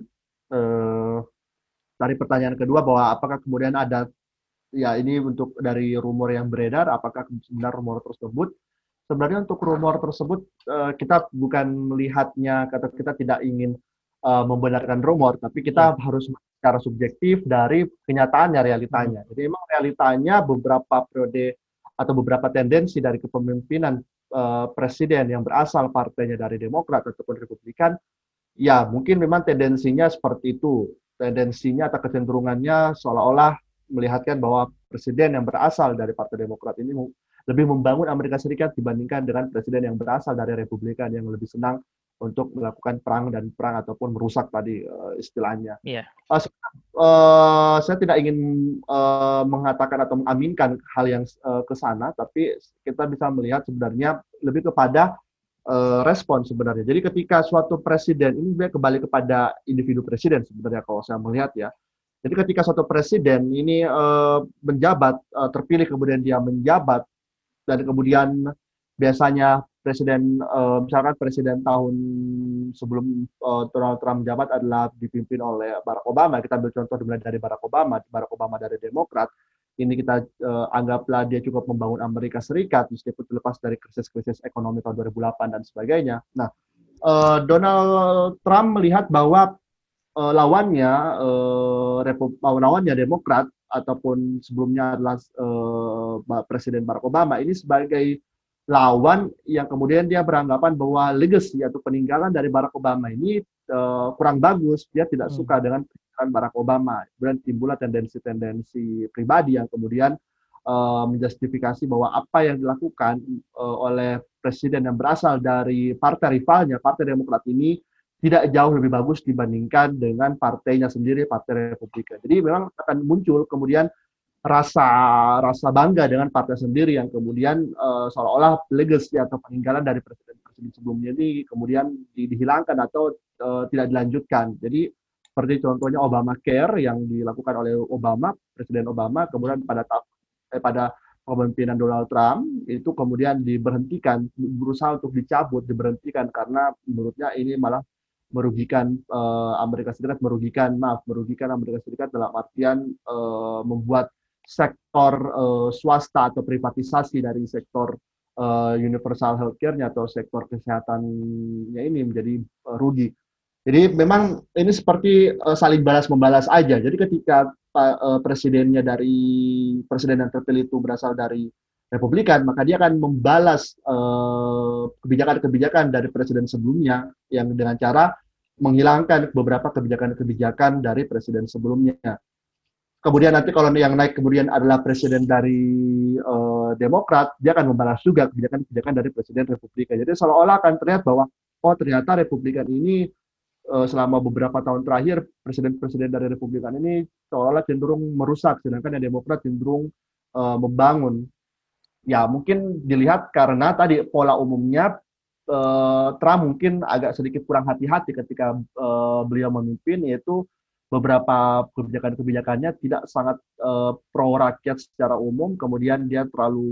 uh, dari pertanyaan kedua bahwa apakah kemudian ada ya ini untuk dari rumor yang beredar, apakah sebenarnya rumor tersebut sebenarnya untuk rumor tersebut uh, kita bukan melihatnya atau kita tidak ingin uh, membenarkan rumor, tapi kita yeah. harus secara subjektif dari kenyataannya, realitanya. Hmm. Jadi memang realitanya beberapa periode atau beberapa tendensi dari kepemimpinan Uh, presiden yang berasal partainya dari Demokrat ataupun Republikan, ya mungkin memang tendensinya seperti itu. Tendensinya atau kecenderungannya seolah-olah melihatkan bahwa presiden yang berasal dari Partai Demokrat ini lebih membangun Amerika Serikat dibandingkan dengan presiden yang berasal dari Republikan yang lebih senang untuk melakukan perang dan perang ataupun merusak tadi uh, istilahnya. Yeah. Uh, uh, saya tidak ingin uh, mengatakan atau mengaminkan hal yang uh, ke sana, tapi kita bisa melihat sebenarnya lebih kepada uh, respon sebenarnya. Jadi ketika suatu presiden ini dia kembali kepada individu presiden sebenarnya kalau saya melihat ya. Jadi ketika suatu presiden ini uh, menjabat, uh, terpilih kemudian dia menjabat, dan kemudian biasanya presiden, uh, misalkan presiden tahun sebelum uh, Donald Trump menjabat adalah dipimpin oleh Barack Obama. Kita ambil contoh dimulai dari Barack Obama, Barack Obama dari Demokrat. Ini kita uh, anggaplah dia cukup membangun Amerika Serikat meskipun terlepas dari krisis-krisis ekonomi tahun dua ribu delapan dan sebagainya. Nah, uh, Donald Trump melihat bahwa uh, lawannya, uh, Repu- lawannya Demokrat ataupun sebelumnya adalah uh, Presiden Barack Obama ini sebagai lawan yang kemudian dia beranggapan bahwa legacy atau peninggalan dari Barack Obama ini uh, kurang bagus. Dia tidak suka dengan peninggalan Barack Obama. Kemudian timbullah tendensi-tendensi pribadi yang kemudian uh, menjustifikasi bahwa apa yang dilakukan uh, oleh presiden yang berasal dari partai rivalnya, Partai Demokrat ini tidak jauh lebih bagus dibandingkan dengan partainya sendiri, Partai Republikan. Jadi memang akan muncul kemudian rasa rasa bangga dengan partai sendiri yang kemudian uh, seolah-olah legacy atau peninggalan dari presiden-presiden sebelumnya ini kemudian di, dihilangkan atau uh, tidak dilanjutkan. Jadi seperti contohnya Obamacare yang dilakukan oleh Obama, Presiden Obama, kemudian pada eh, pada kepemimpinan Donald Trump itu kemudian diberhentikan, berusaha untuk dicabut, diberhentikan karena menurutnya ini malah merugikan uh, Amerika Serikat, merugikan maaf, merugikan Amerika Serikat dalam artian uh, membuat sektor uh, swasta atau privatisasi dari sektor uh, universal healthcare-nya atau sektor kesehatannya ini menjadi uh, rugi. Jadi memang ini seperti uh, saling balas membalas aja. Jadi ketika uh, presidennya dari presiden yang terpilih itu berasal dari Republikan, maka dia akan membalas uh, kebijakan-kebijakan dari presiden sebelumnya yang dengan cara menghilangkan beberapa kebijakan-kebijakan dari presiden sebelumnya. Kemudian nanti kalau yang naik kemudian adalah presiden dari uh, Demokrat, dia akan membalas juga kebijakan-kebijakan dari presiden Republikan. Jadi seolah-olah akan terlihat bahwa oh ternyata Republikan ini uh, selama beberapa tahun terakhir presiden-presiden dari Republikan ini seolah-olah cenderung merusak, sedangkan yang Demokrat cenderung uh, membangun. Ya mungkin dilihat karena tadi pola umumnya uh, Trump mungkin agak sedikit kurang hati-hati ketika uh, beliau memimpin, yaitu beberapa kebijakan-kebijakannya tidak sangat uh, pro rakyat secara umum, kemudian dia terlalu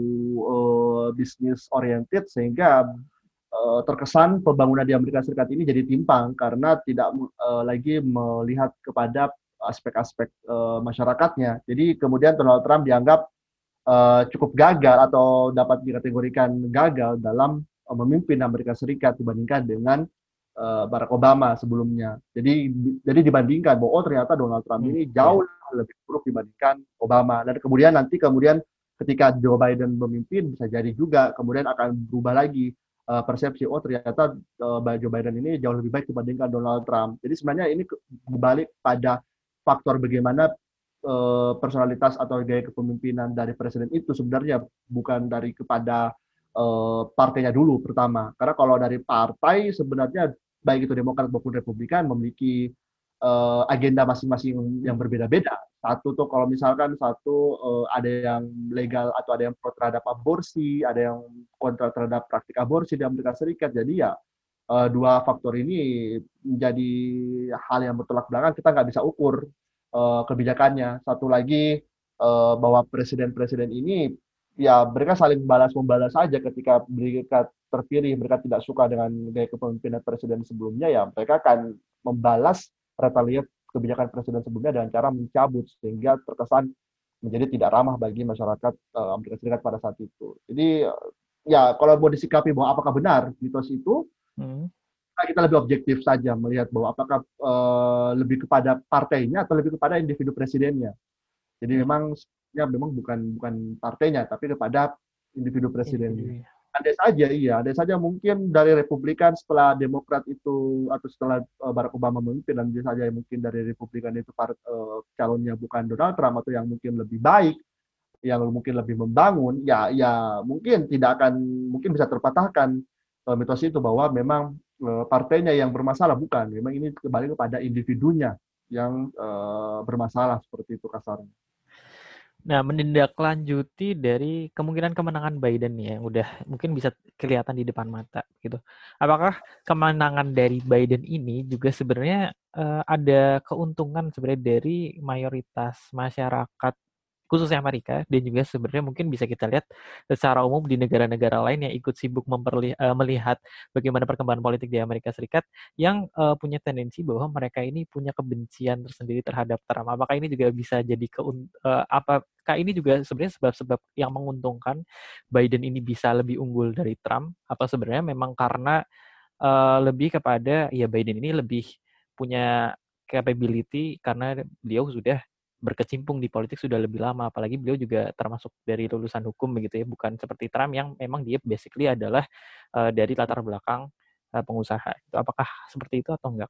uh, bisnis oriented sehingga uh, terkesan pembangunan di Amerika Serikat ini jadi timpang karena tidak uh, lagi melihat kepada aspek-aspek uh, masyarakatnya. Jadi kemudian Donald Trump dianggap uh, cukup gagal atau dapat dikategorikan gagal dalam uh, memimpin Amerika Serikat dibandingkan dengan Barack Obama sebelumnya. Jadi jadi dibandingkan bahwa oh ternyata Donald Trump ini jauh lebih buruk dibandingkan Obama. Dan kemudian nanti kemudian ketika Joe Biden memimpin bisa jadi juga kemudian akan berubah lagi uh, persepsi oh ternyata uh, Joe Biden ini jauh lebih baik dibandingkan Donald Trump. Jadi sebenarnya ini berbalik pada faktor bagaimana uh, personalitas atau gaya kepemimpinan dari presiden itu sebenarnya bukan dari kepada uh, partainya dulu pertama. Karena kalau dari partai sebenarnya baik itu Demokrat maupun Republikan memiliki uh, agenda masing-masing yang berbeda-beda. Satu tuh kalau misalkan satu uh, ada yang legal atau ada yang pro terhadap aborsi, ada yang kontra terhadap praktik aborsi di Amerika Serikat. Jadi ya uh, dua faktor ini menjadi hal yang bertolak belakang. Kita nggak bisa ukur uh, kebijakannya. Satu lagi uh, bahwa presiden-presiden ini ya mereka saling balas-membalas saja ketika mereka terpilih, mereka tidak suka dengan gaya kepemimpinan presiden sebelumnya, ya mereka akan membalas retaliat kebijakan presiden sebelumnya dengan cara mencabut, sehingga terkesan menjadi tidak ramah bagi masyarakat uh, Amerika Serikat pada saat itu. Jadi ya kalau mau disikapi bahwa apakah benar mitos itu, hmm. kita lebih objektif saja melihat bahwa apakah uh, lebih kepada partainya atau lebih kepada individu presidennya. Jadi hmm. memang ya memang bukan bukan partainya tapi kepada individu presidennya. Ada saja iya, ada saja mungkin dari Republikan setelah Demokrat itu atau setelah uh, Barack Obama memimpin, dan bisa saja mungkin dari Republikan itu part, uh, calonnya bukan Donald Trump atau yang mungkin lebih baik, yang mungkin lebih membangun, ya ya mungkin tidak akan mungkin bisa terpatahkan uh, mitos itu bahwa memang uh, partainya yang bermasalah, bukan, memang ini kembali kepada individunya yang uh, bermasalah seperti itu kasarnya. Nah, menindaklanjuti dari kemungkinan kemenangan Biden nih yang udah mungkin bisa kelihatan di depan mata gitu. Apakah kemenangan dari Biden ini juga sebenarnya uh, ada keuntungan sebenarnya dari mayoritas masyarakat khususnya Amerika, dan juga sebenarnya mungkin bisa kita lihat secara umum di negara-negara lain yang ikut sibuk memperli- uh, melihat bagaimana perkembangan politik di Amerika Serikat yang uh, punya tendensi bahwa mereka ini punya kebencian tersendiri terhadap Trump. Apakah ini juga bisa jadi keun- uh, apakah ini juga sebenarnya sebab-sebab yang menguntungkan Biden ini bisa lebih unggul dari Trump, atau sebenarnya memang karena uh, lebih kepada ya Biden ini lebih punya capability karena beliau sudah berkecimpung di politik sudah lebih lama, apalagi beliau juga termasuk dari lulusan hukum begitu ya, bukan seperti Trump yang memang dia basically adalah uh, dari latar belakang uh, pengusaha. Itu apakah seperti itu atau enggak, Kak?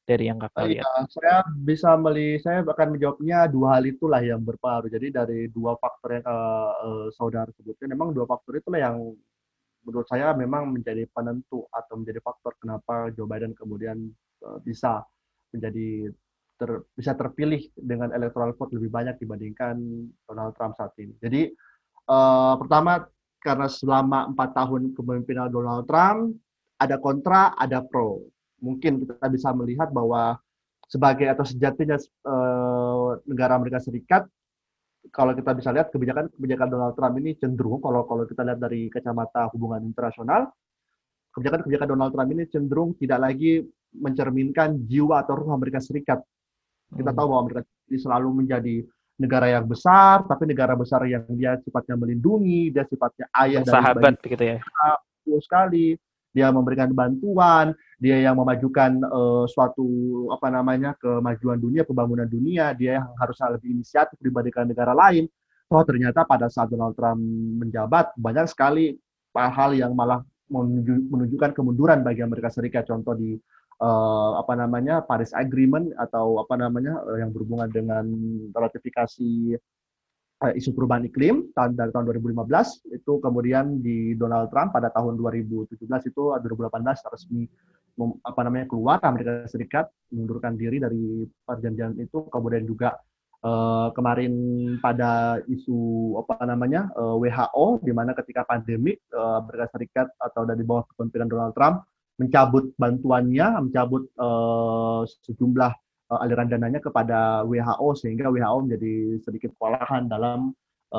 dari yang kakak Iya, lihat? saya bisa meli, saya akan menjawabnya dua hal itulah yang berpengaruh. Jadi dari dua faktor yang eh, eh, saudara sebutkan, memang dua faktor itulah yang menurut saya memang menjadi penentu atau menjadi faktor kenapa Joe Biden kemudian eh, bisa menjadi ter, bisa terpilih dengan electoral vote lebih banyak dibandingkan Donald Trump saat ini. Jadi eh, pertama karena selama empat tahun kepemimpinan Donald Trump ada kontra, ada pro. Mungkin kita bisa melihat bahwa sebagai atau sejatinya eh, negara Amerika Serikat, kalau kita bisa lihat kebijakan kebijakan Donald Trump ini cenderung kalau kalau kita lihat dari kacamata hubungan internasional, kebijakan-kebijakan Donald Trump ini cenderung tidak lagi mencerminkan jiwa atau ruh Amerika Serikat. Kita Hmm. tahu bahwa Amerika Serikat ini selalu menjadi negara yang besar, tapi negara besar yang dia sifatnya melindungi, dia sifatnya ayah dari bagi Bersahabat begitu ya. betul sekali. Dia memberikan bantuan, dia yang memajukan uh, suatu apa namanya kemajuan dunia, pembangunan dunia, dia yang harusnya lebih inisiatif dibandingkan negara lain. Oh ternyata pada saat Donald Trump menjabat banyak sekali hal yang malah menunjukkan kemunduran bagi Amerika Serikat. Contoh di uh, apa namanya Paris Agreement atau apa namanya uh, yang berhubungan dengan ratifikasi uh, isu perubahan iklim tahun dari tahun dua ribu lima belas itu kemudian di Donald Trump pada tahun dua ribu tujuh belas itu dua ribu delapan belas resmi mem, apa namanya keluar Amerika Serikat mengundurkan diri dari perjanjian itu kemudian juga uh, kemarin pada isu apa namanya uh, W H O di mana ketika pandemi uh, Amerika Serikat atau dari bawah kepemimpinan Donald Trump mencabut bantuannya, mencabut uh, sejumlah uh, aliran dananya kepada W H O sehingga W H O menjadi sedikit kewalahan dalam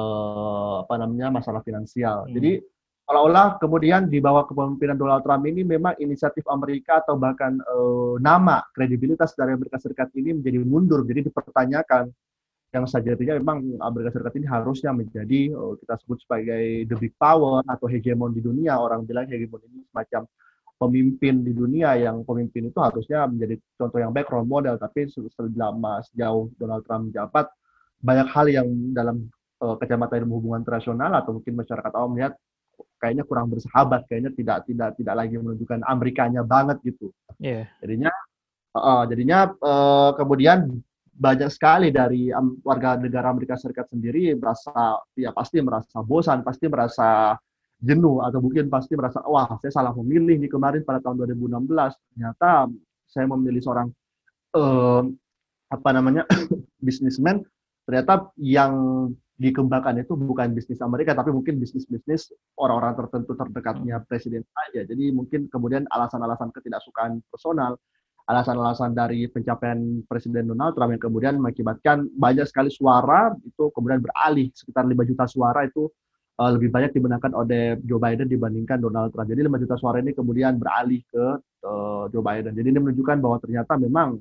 uh, apa namanya masalah finansial. Hmm. Jadi seolah-olah kemudian di bawah kepemimpinan Donald Trump ini memang inisiatif Amerika atau bahkan uh, nama kredibilitas dari Amerika Serikat ini menjadi mundur, jadi dipertanyakan yang sejatinya memang Amerika Serikat ini harusnya menjadi uh, kita sebut sebagai the big power atau hegemon di dunia. Orang bilang hegemon ini semacam pemimpin di dunia yang pemimpin itu harusnya menjadi contoh yang baik, role model. Tapi selama sejauh Donald Trump menjabat, banyak hal yang dalam uh, kacamata ilmu hubungan internasional atau mungkin masyarakat awam melihat kayaknya kurang bersahabat, kayaknya tidak tidak tidak lagi menunjukkan Amerikanya banget gitu. Yeah. Jadinya uh, jadinya uh, kemudian banyak sekali dari um, warga negara Amerika Serikat sendiri merasa ya pasti merasa bosan, pasti merasa jenuh atau mungkin pasti merasa wah saya salah memilih nih kemarin pada tahun dua ribu enam belas ternyata saya memilih seorang uh, apa namanya bisnismen ternyata yang dikembangkan itu bukan bisnis Amerika tapi mungkin bisnis-bisnis orang-orang tertentu terdekatnya presiden saja. Jadi mungkin kemudian alasan-alasan ketidaksukaan personal, alasan-alasan dari pencapaian Presiden Donald Trump yang kemudian mengakibatkan banyak sekali suara itu kemudian beralih sekitar lima juta suara itu uh, lebih banyak dimenangkan oleh Joe Biden dibandingkan Donald Trump. Jadi lima juta suara ini kemudian beralih ke uh, Joe Biden. Jadi ini menunjukkan bahwa ternyata memang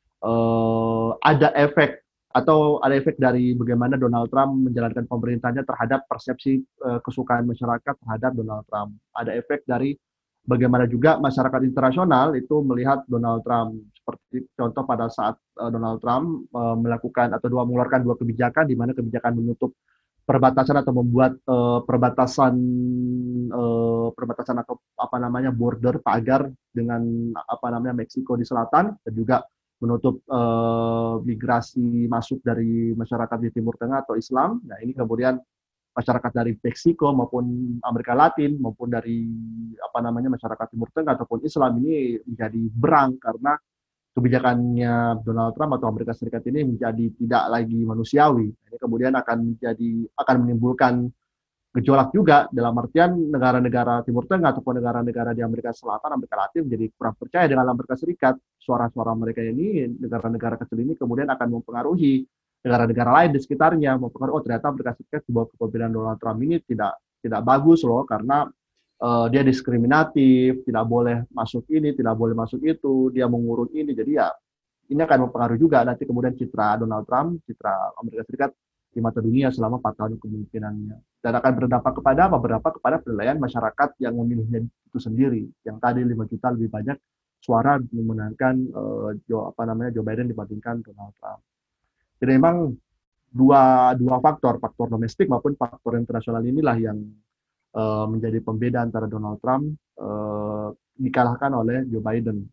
uh, ada efek atau ada efek dari bagaimana Donald Trump menjalankan pemerintahnya terhadap persepsi uh, kesukaan masyarakat terhadap Donald Trump. Ada efek dari bagaimana juga masyarakat internasional itu melihat Donald Trump. Seperti contoh pada saat uh, Donald Trump uh, melakukan atau dua mengeluarkan dua kebijakan di mana kebijakan menutup perbatasan atau membuat uh, perbatasan uh, perbatasan atau apa namanya border pagar dengan apa namanya Meksiko di selatan dan juga menutup uh, migrasi masuk dari masyarakat di Timur Tengah atau Islam. Nah ini kemudian masyarakat dari Meksiko maupun Amerika Latin maupun dari apa namanya masyarakat Timur Tengah ataupun Islam ini menjadi berang karena kebijakannya Donald Trump atau Amerika Serikat ini menjadi tidak lagi manusiawi. Ini kemudian akan menjadi akan menimbulkan gejolak juga dalam artian negara-negara Timur Tengah ataupun negara-negara di Amerika Selatan, Amerika Latin menjadi kurang percaya dengan Amerika Serikat. Suara-suara mereka ini, negara-negara kecil ini kemudian akan mempengaruhi negara-negara lain di sekitarnya, mempengaruhi, oh ternyata Amerika Serikat di bawah kepemimpinan Donald Trump ini tidak tidak bagus loh, karena uh, dia diskriminatif, tidak boleh masuk ini, tidak boleh masuk itu, dia mengurung ini, jadi ya ini akan mempengaruhi juga nanti kemudian citra Donald Trump, citra Amerika Serikat di mata dunia selama empat tahun kepemimpinannya. Dan akan berdampak kepada apa? Berdampak kepada penilaian masyarakat yang memilihnya itu sendiri. Yang tadi lima juta lebih banyak suara memenangkan uh, Joe, apa namanya Joe Biden dibandingkan Donald Trump. Jadi memang dua dua faktor, faktor domestik maupun faktor internasional inilah yang uh, menjadi pembeda antara Donald Trump uh, dikalahkan oleh Joe Biden.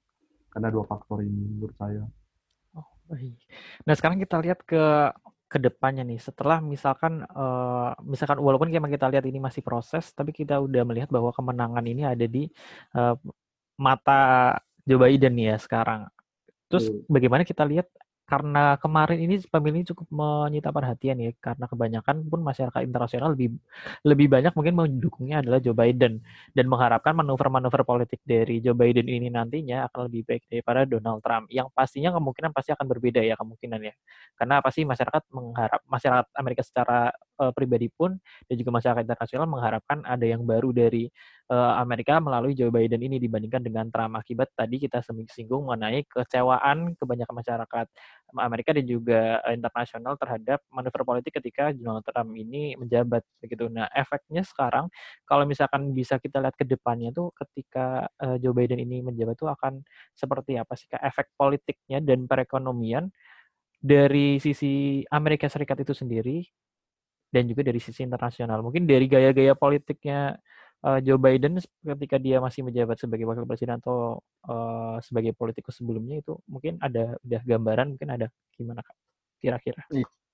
karena dua faktor ini menurut saya. Oh, baik. Nah, sekarang kita lihat ke ke depannya nih. Setelah misalkan uh, misalkan walaupun memang kita lihat ini masih proses, tapi kita udah melihat bahwa kemenangan ini ada di uh, mata Joe Biden ya sekarang. Terus Hmm. bagaimana kita lihat karena kemarin ini pemilih cukup menyita perhatian ya, karena kebanyakan pun masyarakat internasional lebih lebih banyak mungkin mendukungnya adalah Joe Biden dan mengharapkan manuver-manuver politik dari Joe Biden ini nantinya akan lebih baik daripada Donald Trump yang pastinya kemungkinan pasti akan berbeda ya kemungkinan ya. Karena pasti masyarakat mengharap masyarakat Amerika secara uh, pribadi pun dan juga masyarakat internasional mengharapkan ada yang baru dari uh, Amerika melalui Joe Biden ini dibandingkan dengan Trump akibat tadi kita singgung mengenai kecewaan kebanyakan masyarakat Amerika dan juga uh, internasional terhadap manuver politik ketika Donald Trump ini menjabat begitu. Nah, efeknya sekarang kalau misalkan bisa kita lihat ke depannya tuh ketika uh, Joe Biden ini menjabat tuh akan seperti apa sih Kak efek politiknya dan perekonomian dari sisi Amerika Serikat itu sendiri dan juga dari sisi internasional. Mungkin dari gaya-gaya politiknya uh, Joe Biden ketika dia masih menjabat sebagai wakil presiden atau uh, sebagai politikus sebelumnya itu mungkin ada udah gambaran mungkin ada gimana Kak kira-kira.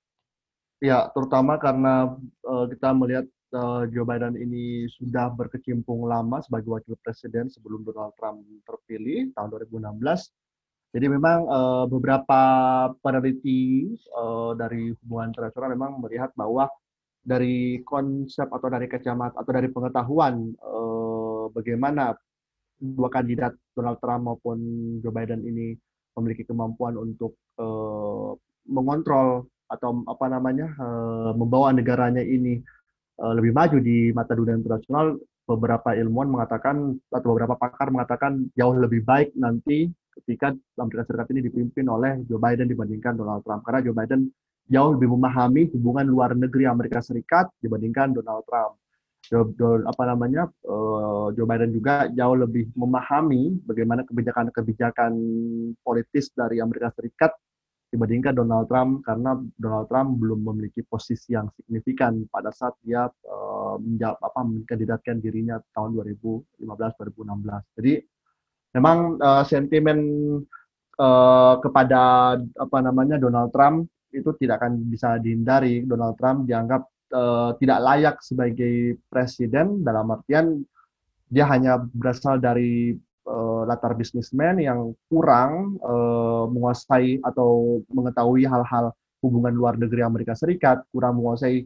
Ya, terutama karena uh, kita melihat uh, Joe Biden ini sudah berkecimpung lama sebagai wakil presiden sebelum Donald Trump terpilih tahun dua ribu enam belas. Jadi memang uh, beberapa peneliti uh, dari hubungan internasional memang melihat bahwa dari konsep atau dari kacamata atau dari pengetahuan uh, bagaimana dua kandidat Donald Trump maupun Joe Biden ini memiliki kemampuan untuk uh, mengontrol atau apa namanya uh, membawa negaranya ini uh, lebih maju di mata dunia internasional. Beberapa ilmuwan mengatakan atau beberapa pakar mengatakan jauh lebih baik nanti ketika Amerika Serikat ini dipimpin oleh Joe Biden dibandingkan Donald Trump, karena Joe Biden jauh lebih memahami hubungan luar negeri Amerika Serikat dibandingkan Donald Trump. Joe, Joe, apa namanya uh, Joe Biden juga jauh lebih memahami bagaimana kebijakan-kebijakan politis dari Amerika Serikat dibandingkan Donald Trump, karena Donald Trump belum memiliki posisi yang signifikan pada saat dia uh, menjawab apa menkandidatkan dirinya tahun dua ribu lima belas dua ribu enam belas. Jadi memang uh, sentimen uh, kepada apa namanya Donald Trump itu tidak akan bisa dihindari. Donald Trump dianggap uh, tidak layak sebagai presiden dalam artian dia hanya berasal dari uh, latar bisnismen yang kurang uh, menguasai atau mengetahui hal-hal hubungan luar negeri Amerika Serikat, kurang menguasai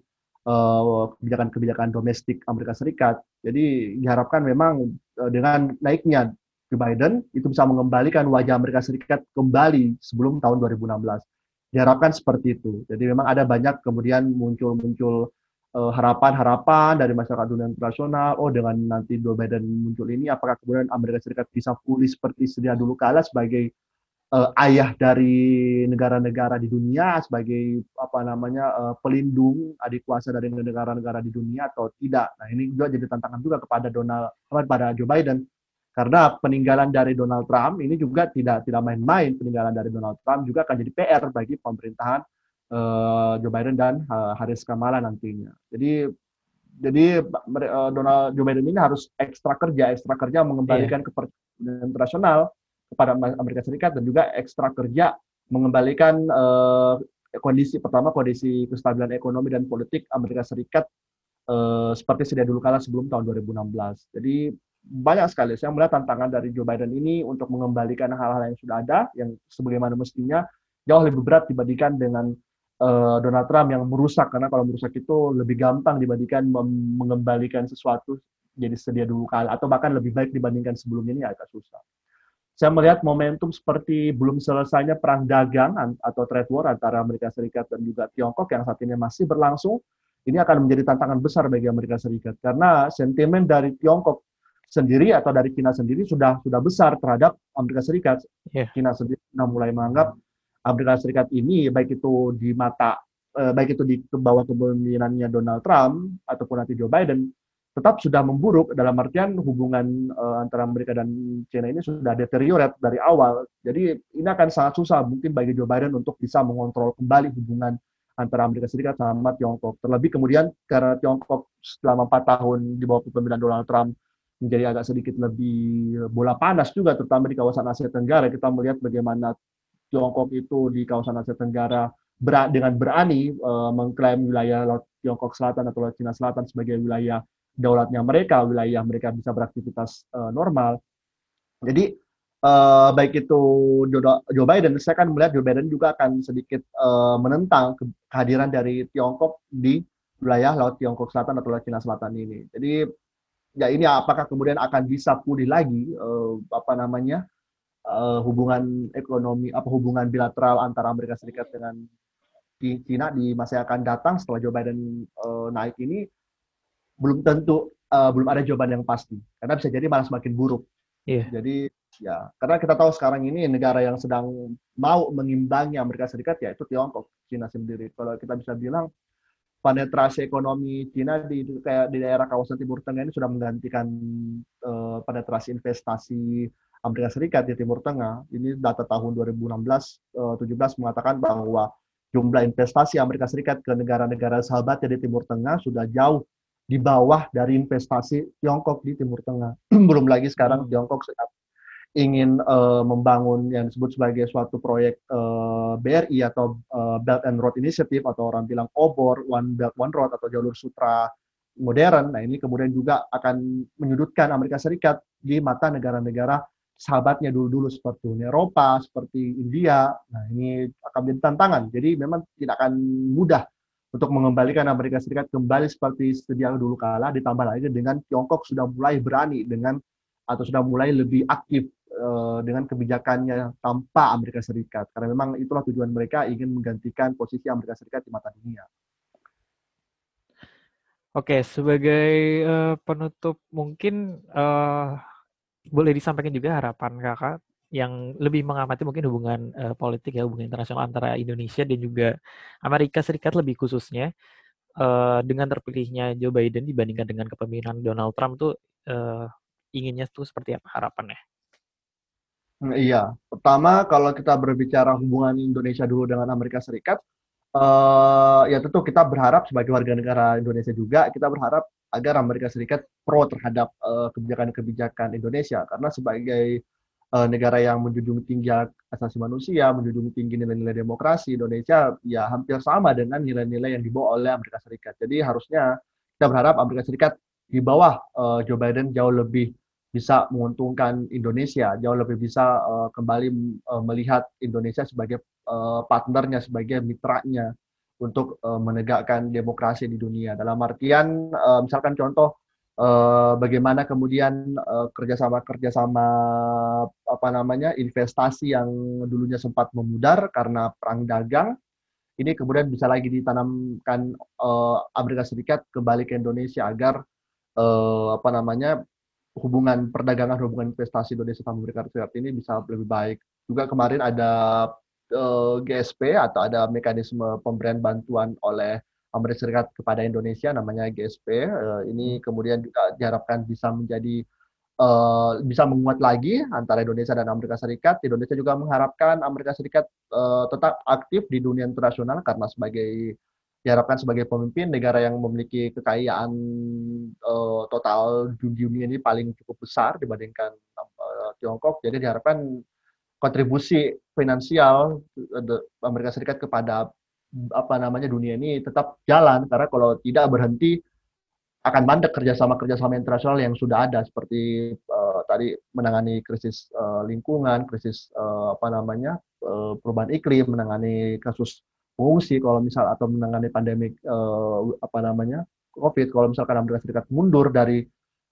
uh, kebijakan-kebijakan domestik Amerika Serikat. Jadi diharapkan memang uh, dengan naiknya Joe Biden itu bisa mengembalikan wajah Amerika Serikat kembali sebelum tahun dua ribu enam belas. Diharapkan seperti itu. Jadi memang ada banyak kemudian muncul-muncul harapan-harapan dari masyarakat dunia internasional, oh dengan nanti Joe Biden muncul ini, apakah kemudian Amerika Serikat bisa pulih seperti sedia dulu kala sebagai uh, ayah dari negara-negara di dunia, sebagai apa namanya uh, pelindung adik kuasa dari negara-negara di dunia atau tidak. Nah ini juga jadi tantangan juga kepada Donald, kepada Joe Biden, karena peninggalan dari Donald Trump ini juga tidak tidak main-main. Peninggalan dari Donald Trump juga akan jadi P R bagi pemerintahan uh, Joe Biden dan uh, Harris Kamala nantinya. Jadi jadi uh, Donald Joe Biden ini harus ekstra kerja, ekstra kerja Iya. mengembalikan kepercayaan internasional kepada Amerika Serikat dan juga ekstra kerja mengembalikan uh, kondisi pertama kondisi kestabilan ekonomi dan politik Amerika Serikat uh, seperti sedia dulu kala sebelum tahun dua ribu enam belas. Jadi banyak sekali saya melihat tantangan dari Joe Biden ini untuk mengembalikan hal-hal yang sudah ada yang sebagaimana mestinya jauh lebih berat dibandingkan dengan uh, Donald Trump yang merusak, karena kalau merusak itu lebih gampang dibandingkan mengembalikan sesuatu jadi sedia dulu kala atau bahkan lebih baik dibandingkan sebelumnya, ini agak susah. Saya melihat momentum seperti belum selesainya perang dagang atau trade war antara Amerika Serikat dan juga Tiongkok yang saat ini masih berlangsung, ini akan menjadi tantangan besar bagi Amerika Serikat karena sentimen dari Tiongkok sendiri atau dari China sendiri sudah sudah besar terhadap Amerika Serikat. Iya. China sendiri sudah mulai menganggap Amerika Serikat ini baik itu di mata eh, baik itu di bawah kepemimpinannya Donald Trump ataupun nanti Joe Biden tetap sudah memburuk, dalam artian hubungan uh, antara Amerika dan China ini sudah deteriorate dari awal. Jadi ini akan sangat susah mungkin bagi Joe Biden untuk bisa mengontrol kembali hubungan antara Amerika Serikat sama Tiongkok. Terlebih kemudian karena Tiongkok selama empat tahun di bawah kepemimpinan Donald Trump menjadi agak sedikit lebih bola panas juga, terutama di kawasan Asia Tenggara. Kita melihat bagaimana Tiongkok itu di kawasan Asia Tenggara ber, dengan berani uh, mengklaim wilayah Laut Tiongkok Selatan atau Laut Cina Selatan sebagai wilayah daulatnya mereka, wilayah mereka bisa beraktivitas uh, normal. Jadi uh, baik itu Joe Biden, saya kan melihat Joe Biden juga akan sedikit uh, menentang kehadiran dari Tiongkok di wilayah Laut Tiongkok Selatan atau Laut Cina Selatan ini. Jadi ya ini apakah kemudian akan bisa pulih lagi uh, apa namanya uh, hubungan ekonomi apa hubungan bilateral antara Amerika Serikat dengan Cina di masa yang akan datang setelah Joe Biden uh, naik ini belum tentu uh, belum ada jawaban yang pasti karena bisa jadi malah semakin buruk. Yeah. Jadi ya karena kita tahu sekarang ini negara yang sedang mau mengimbangi Amerika Serikat yaitu Tiongkok, Cina sendiri. Kalau kita bisa bilang penetrasi ekonomi Cina di kayak di daerah kawasan Timur Tengah ini sudah menggantikan uh, penetrasi investasi Amerika Serikat di Timur Tengah. Ini data tahun dua ribu enam belas tujuh belas mengatakan bahwa jumlah investasi Amerika Serikat ke negara-negara sahabatnya di Timur Tengah sudah jauh di bawah dari investasi Tiongkok di Timur Tengah. Belum lagi sekarang hmm. Tiongkok sedang ingin uh, membangun yang disebut sebagai suatu proyek uh, B R I atau uh, Belt and Road Initiative atau orang bilang O B O R, One Belt One Road atau jalur sutra modern. Nah ini kemudian juga akan menyudutkan Amerika Serikat di mata negara-negara sahabatnya dulu-dulu seperti Uni Eropa, seperti India. Nah ini akan menjadi tantangan. Jadi memang tidak akan mudah untuk mengembalikan Amerika Serikat kembali seperti sedia dulu kala, ditambah lagi dengan Tiongkok sudah mulai berani dengan atau sudah mulai lebih aktif uh, dengan kebijakannya tanpa Amerika Serikat. Karena memang itulah tujuan mereka ingin menggantikan posisi Amerika Serikat di mata dunia. Oke, sebagai uh, penutup mungkin uh, boleh disampaikan juga harapan kakak yang lebih mengamati mungkin hubungan uh, politik ya, hubungan internasional antara Indonesia dan juga Amerika Serikat lebih khususnya uh, dengan terpilihnya Joe Biden dibandingkan dengan kepemimpinan Donald Trump tuh uh, inginnya tuh seperti apa harapannya? Iya, pertama kalau kita berbicara hubungan Indonesia dulu dengan Amerika Serikat, uh, ya tentu kita berharap sebagai warga negara Indonesia juga kita berharap agar Amerika Serikat pro terhadap uh, kebijakan-kebijakan Indonesia karena sebagai uh, negara yang menjunjung tinggi hak asasi manusia, menjunjung tinggi nilai-nilai demokrasi, Indonesia ya hampir sama dengan nilai-nilai yang dibawa oleh Amerika Serikat. Jadi harusnya kita berharap Amerika Serikat di bawah uh, Joe Biden jauh lebih bisa menguntungkan Indonesia, jauh lebih bisa uh, kembali uh, melihat Indonesia sebagai uh, partnernya, sebagai mitranya untuk uh, menegakkan demokrasi di dunia. Dalam artian, uh, misalkan contoh, uh, bagaimana kemudian uh, kerjasama-kerjasama apa namanya investasi yang dulunya sempat memudar karena perang dagang, ini kemudian bisa lagi ditanamkan uh, Amerika Serikat kembali ke Indonesia agar uh, apa namanya hubungan perdagangan, hubungan investasi Indonesia sama Amerika Serikat ini bisa lebih baik. Juga kemarin ada uh, G S P atau ada mekanisme pemberian bantuan oleh Amerika Serikat kepada Indonesia namanya G S P. Uh, ini kemudian juga diharapkan bisa menjadi uh, bisa menguat lagi antara Indonesia dan Amerika Serikat. Indonesia juga mengharapkan Amerika Serikat uh, tetap aktif di dunia internasional karena sebagai diharapkan sebagai pemimpin negara yang memiliki kekayaan uh, total dunia ini paling cukup besar dibandingkan uh, Tiongkok. Jadi diharapkan kontribusi finansial uh, Amerika Serikat kepada apa namanya dunia ini tetap jalan karena kalau tidak berhenti akan mandek kerjasama-kerjasama internasional yang sudah ada seperti uh, tadi menangani krisis uh, lingkungan, krisis uh, apa namanya uh, perubahan iklim, menangani kasus pengungsi kalau misal atau menangani pandemik uh, apa namanya COVID kalau misalkan Amerika Serikat mundur dari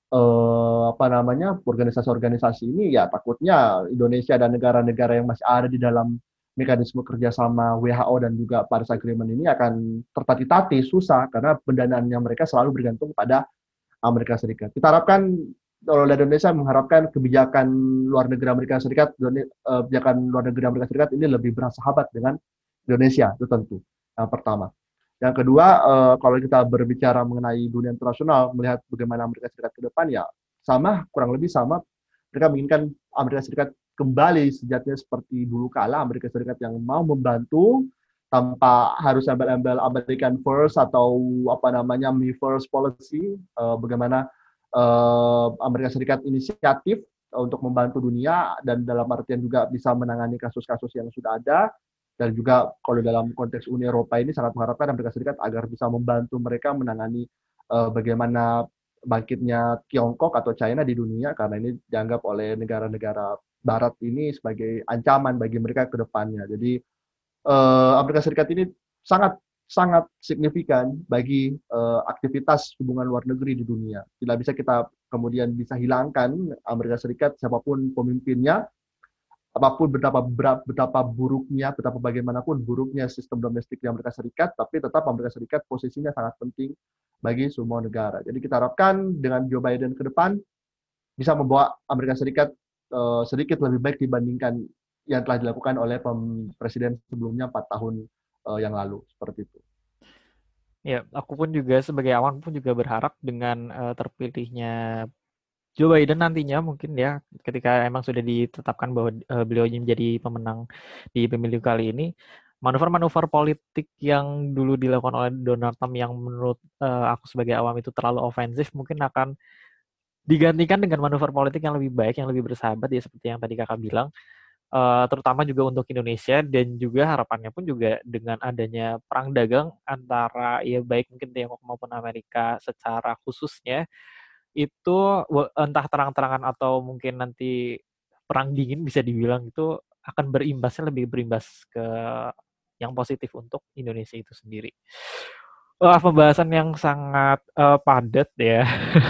uh, apa namanya organisasi-organisasi ini ya takutnya Indonesia dan negara-negara yang masih ada di dalam mekanisme kerjasama W H O dan juga Paris Agreement ini akan tertati-tati susah karena pendanaannya mereka selalu bergantung pada Amerika Serikat. Kita harapkan oleh Indonesia mengharapkan kebijakan luar negeri Amerika Serikat, kebijakan luar negeri Amerika Serikat ini lebih bersahabat dengan Indonesia, itu tentu. Yang pertama. Yang kedua, uh, kalau kita berbicara mengenai dunia internasional, melihat bagaimana Amerika Serikat ke depan, ya sama, kurang lebih sama. Mereka menginginkan Amerika Serikat kembali sejatinya seperti dulu kala, Amerika Serikat yang mau membantu tanpa harus embel-embel American First atau apa namanya Me First policy, uh, bagaimana uh, Amerika Serikat inisiatif untuk membantu dunia dan dalam artian juga bisa menangani kasus-kasus yang sudah ada, dan juga kalau dalam konteks Uni Eropa ini sangat mengharapkan Amerika Serikat agar bisa membantu mereka menangani uh, bagaimana bangkitnya Tiongkok atau China di dunia, karena ini dianggap oleh negara-negara Barat ini sebagai ancaman bagi mereka ke depannya. Jadi uh, Amerika Serikat ini sangat sangat signifikan bagi uh, aktivitas hubungan luar negeri di dunia. Tidak bisa kita kemudian bisa hilangkan Amerika Serikat siapapun pemimpinnya, apapun betapa berat, betapa buruknya, betapa bagaimanapun buruknya sistem domestik di Amerika Serikat, tapi tetap Amerika Serikat posisinya sangat penting bagi semua negara. Jadi kita harapkan dengan Joe Biden ke depan bisa membawa Amerika Serikat uh, sedikit lebih baik dibandingkan yang telah dilakukan oleh presiden sebelumnya empat tahun uh, yang lalu, seperti itu. Ya, aku pun juga sebagai awam pun juga berharap dengan uh, terpilihnya Joe Biden nantinya mungkin ya, ketika emang sudah ditetapkan bahwa uh, beliau menjadi pemenang di pemilu kali ini, manuver-manuver politik yang dulu dilakukan oleh Donald Trump yang menurut uh, aku sebagai awam itu terlalu ofensif mungkin akan digantikan dengan manuver politik yang lebih baik, yang lebih bersahabat ya seperti yang tadi kakak bilang. Uh, terutama juga untuk Indonesia, dan juga harapannya pun juga dengan adanya perang dagang antara ya baik mungkin Tiongkok maupun Amerika secara khususnya itu entah terang-terangan atau mungkin nanti perang dingin bisa dibilang itu akan berimbasnya lebih berimbas ke yang positif untuk Indonesia itu sendiri. Wah, pembahasan yang sangat uh, padat ya.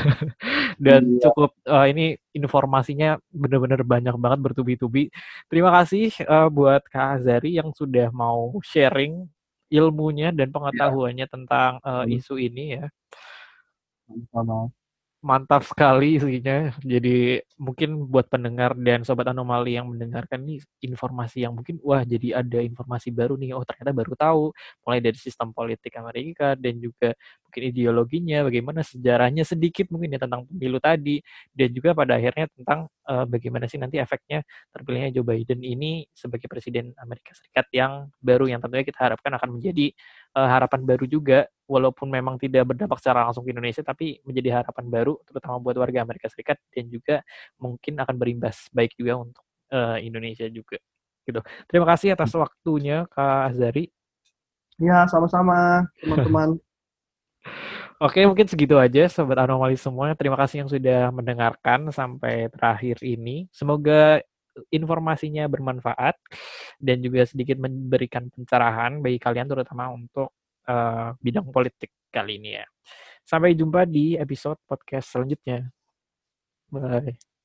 Dan Iya. cukup uh, ini informasinya benar-benar banyak banget bertubi-tubi. Terima kasih uh, buat Kak Azari yang sudah mau sharing ilmunya dan Ya, pengetahuannya tentang uh, isu ini ya. sama. Mantap sekali isinya. Jadi mungkin buat pendengar dan sobat anomali yang mendengarkan nih informasi yang mungkin wah jadi ada informasi baru nih. Oh ternyata baru tahu mulai dari sistem politik Amerika dan juga mungkin ideologinya, bagaimana sejarahnya sedikit mungkin ya tentang pemilu tadi, dan juga pada akhirnya tentang uh, bagaimana sih nanti efeknya terpilihnya Joe Biden ini sebagai presiden Amerika Serikat yang baru, yang tentunya kita harapkan akan menjadi uh, harapan baru juga, walaupun memang tidak berdampak secara langsung ke Indonesia, tapi menjadi harapan baru terutama buat warga Amerika Serikat, dan juga mungkin akan berimbas baik juga untuk uh, Indonesia juga gitu. Terima kasih atas waktunya Kak Azari. Ya, sama-sama teman-teman. Oke, mungkin segitu aja Sobat Anomali semua. Terima kasih yang sudah mendengarkan sampai terakhir ini. Semoga informasinya bermanfaat dan juga sedikit memberikan pencerahan bagi kalian terutama untuk uh, bidang politik kali ini ya. Sampai jumpa di episode podcast selanjutnya. Bye.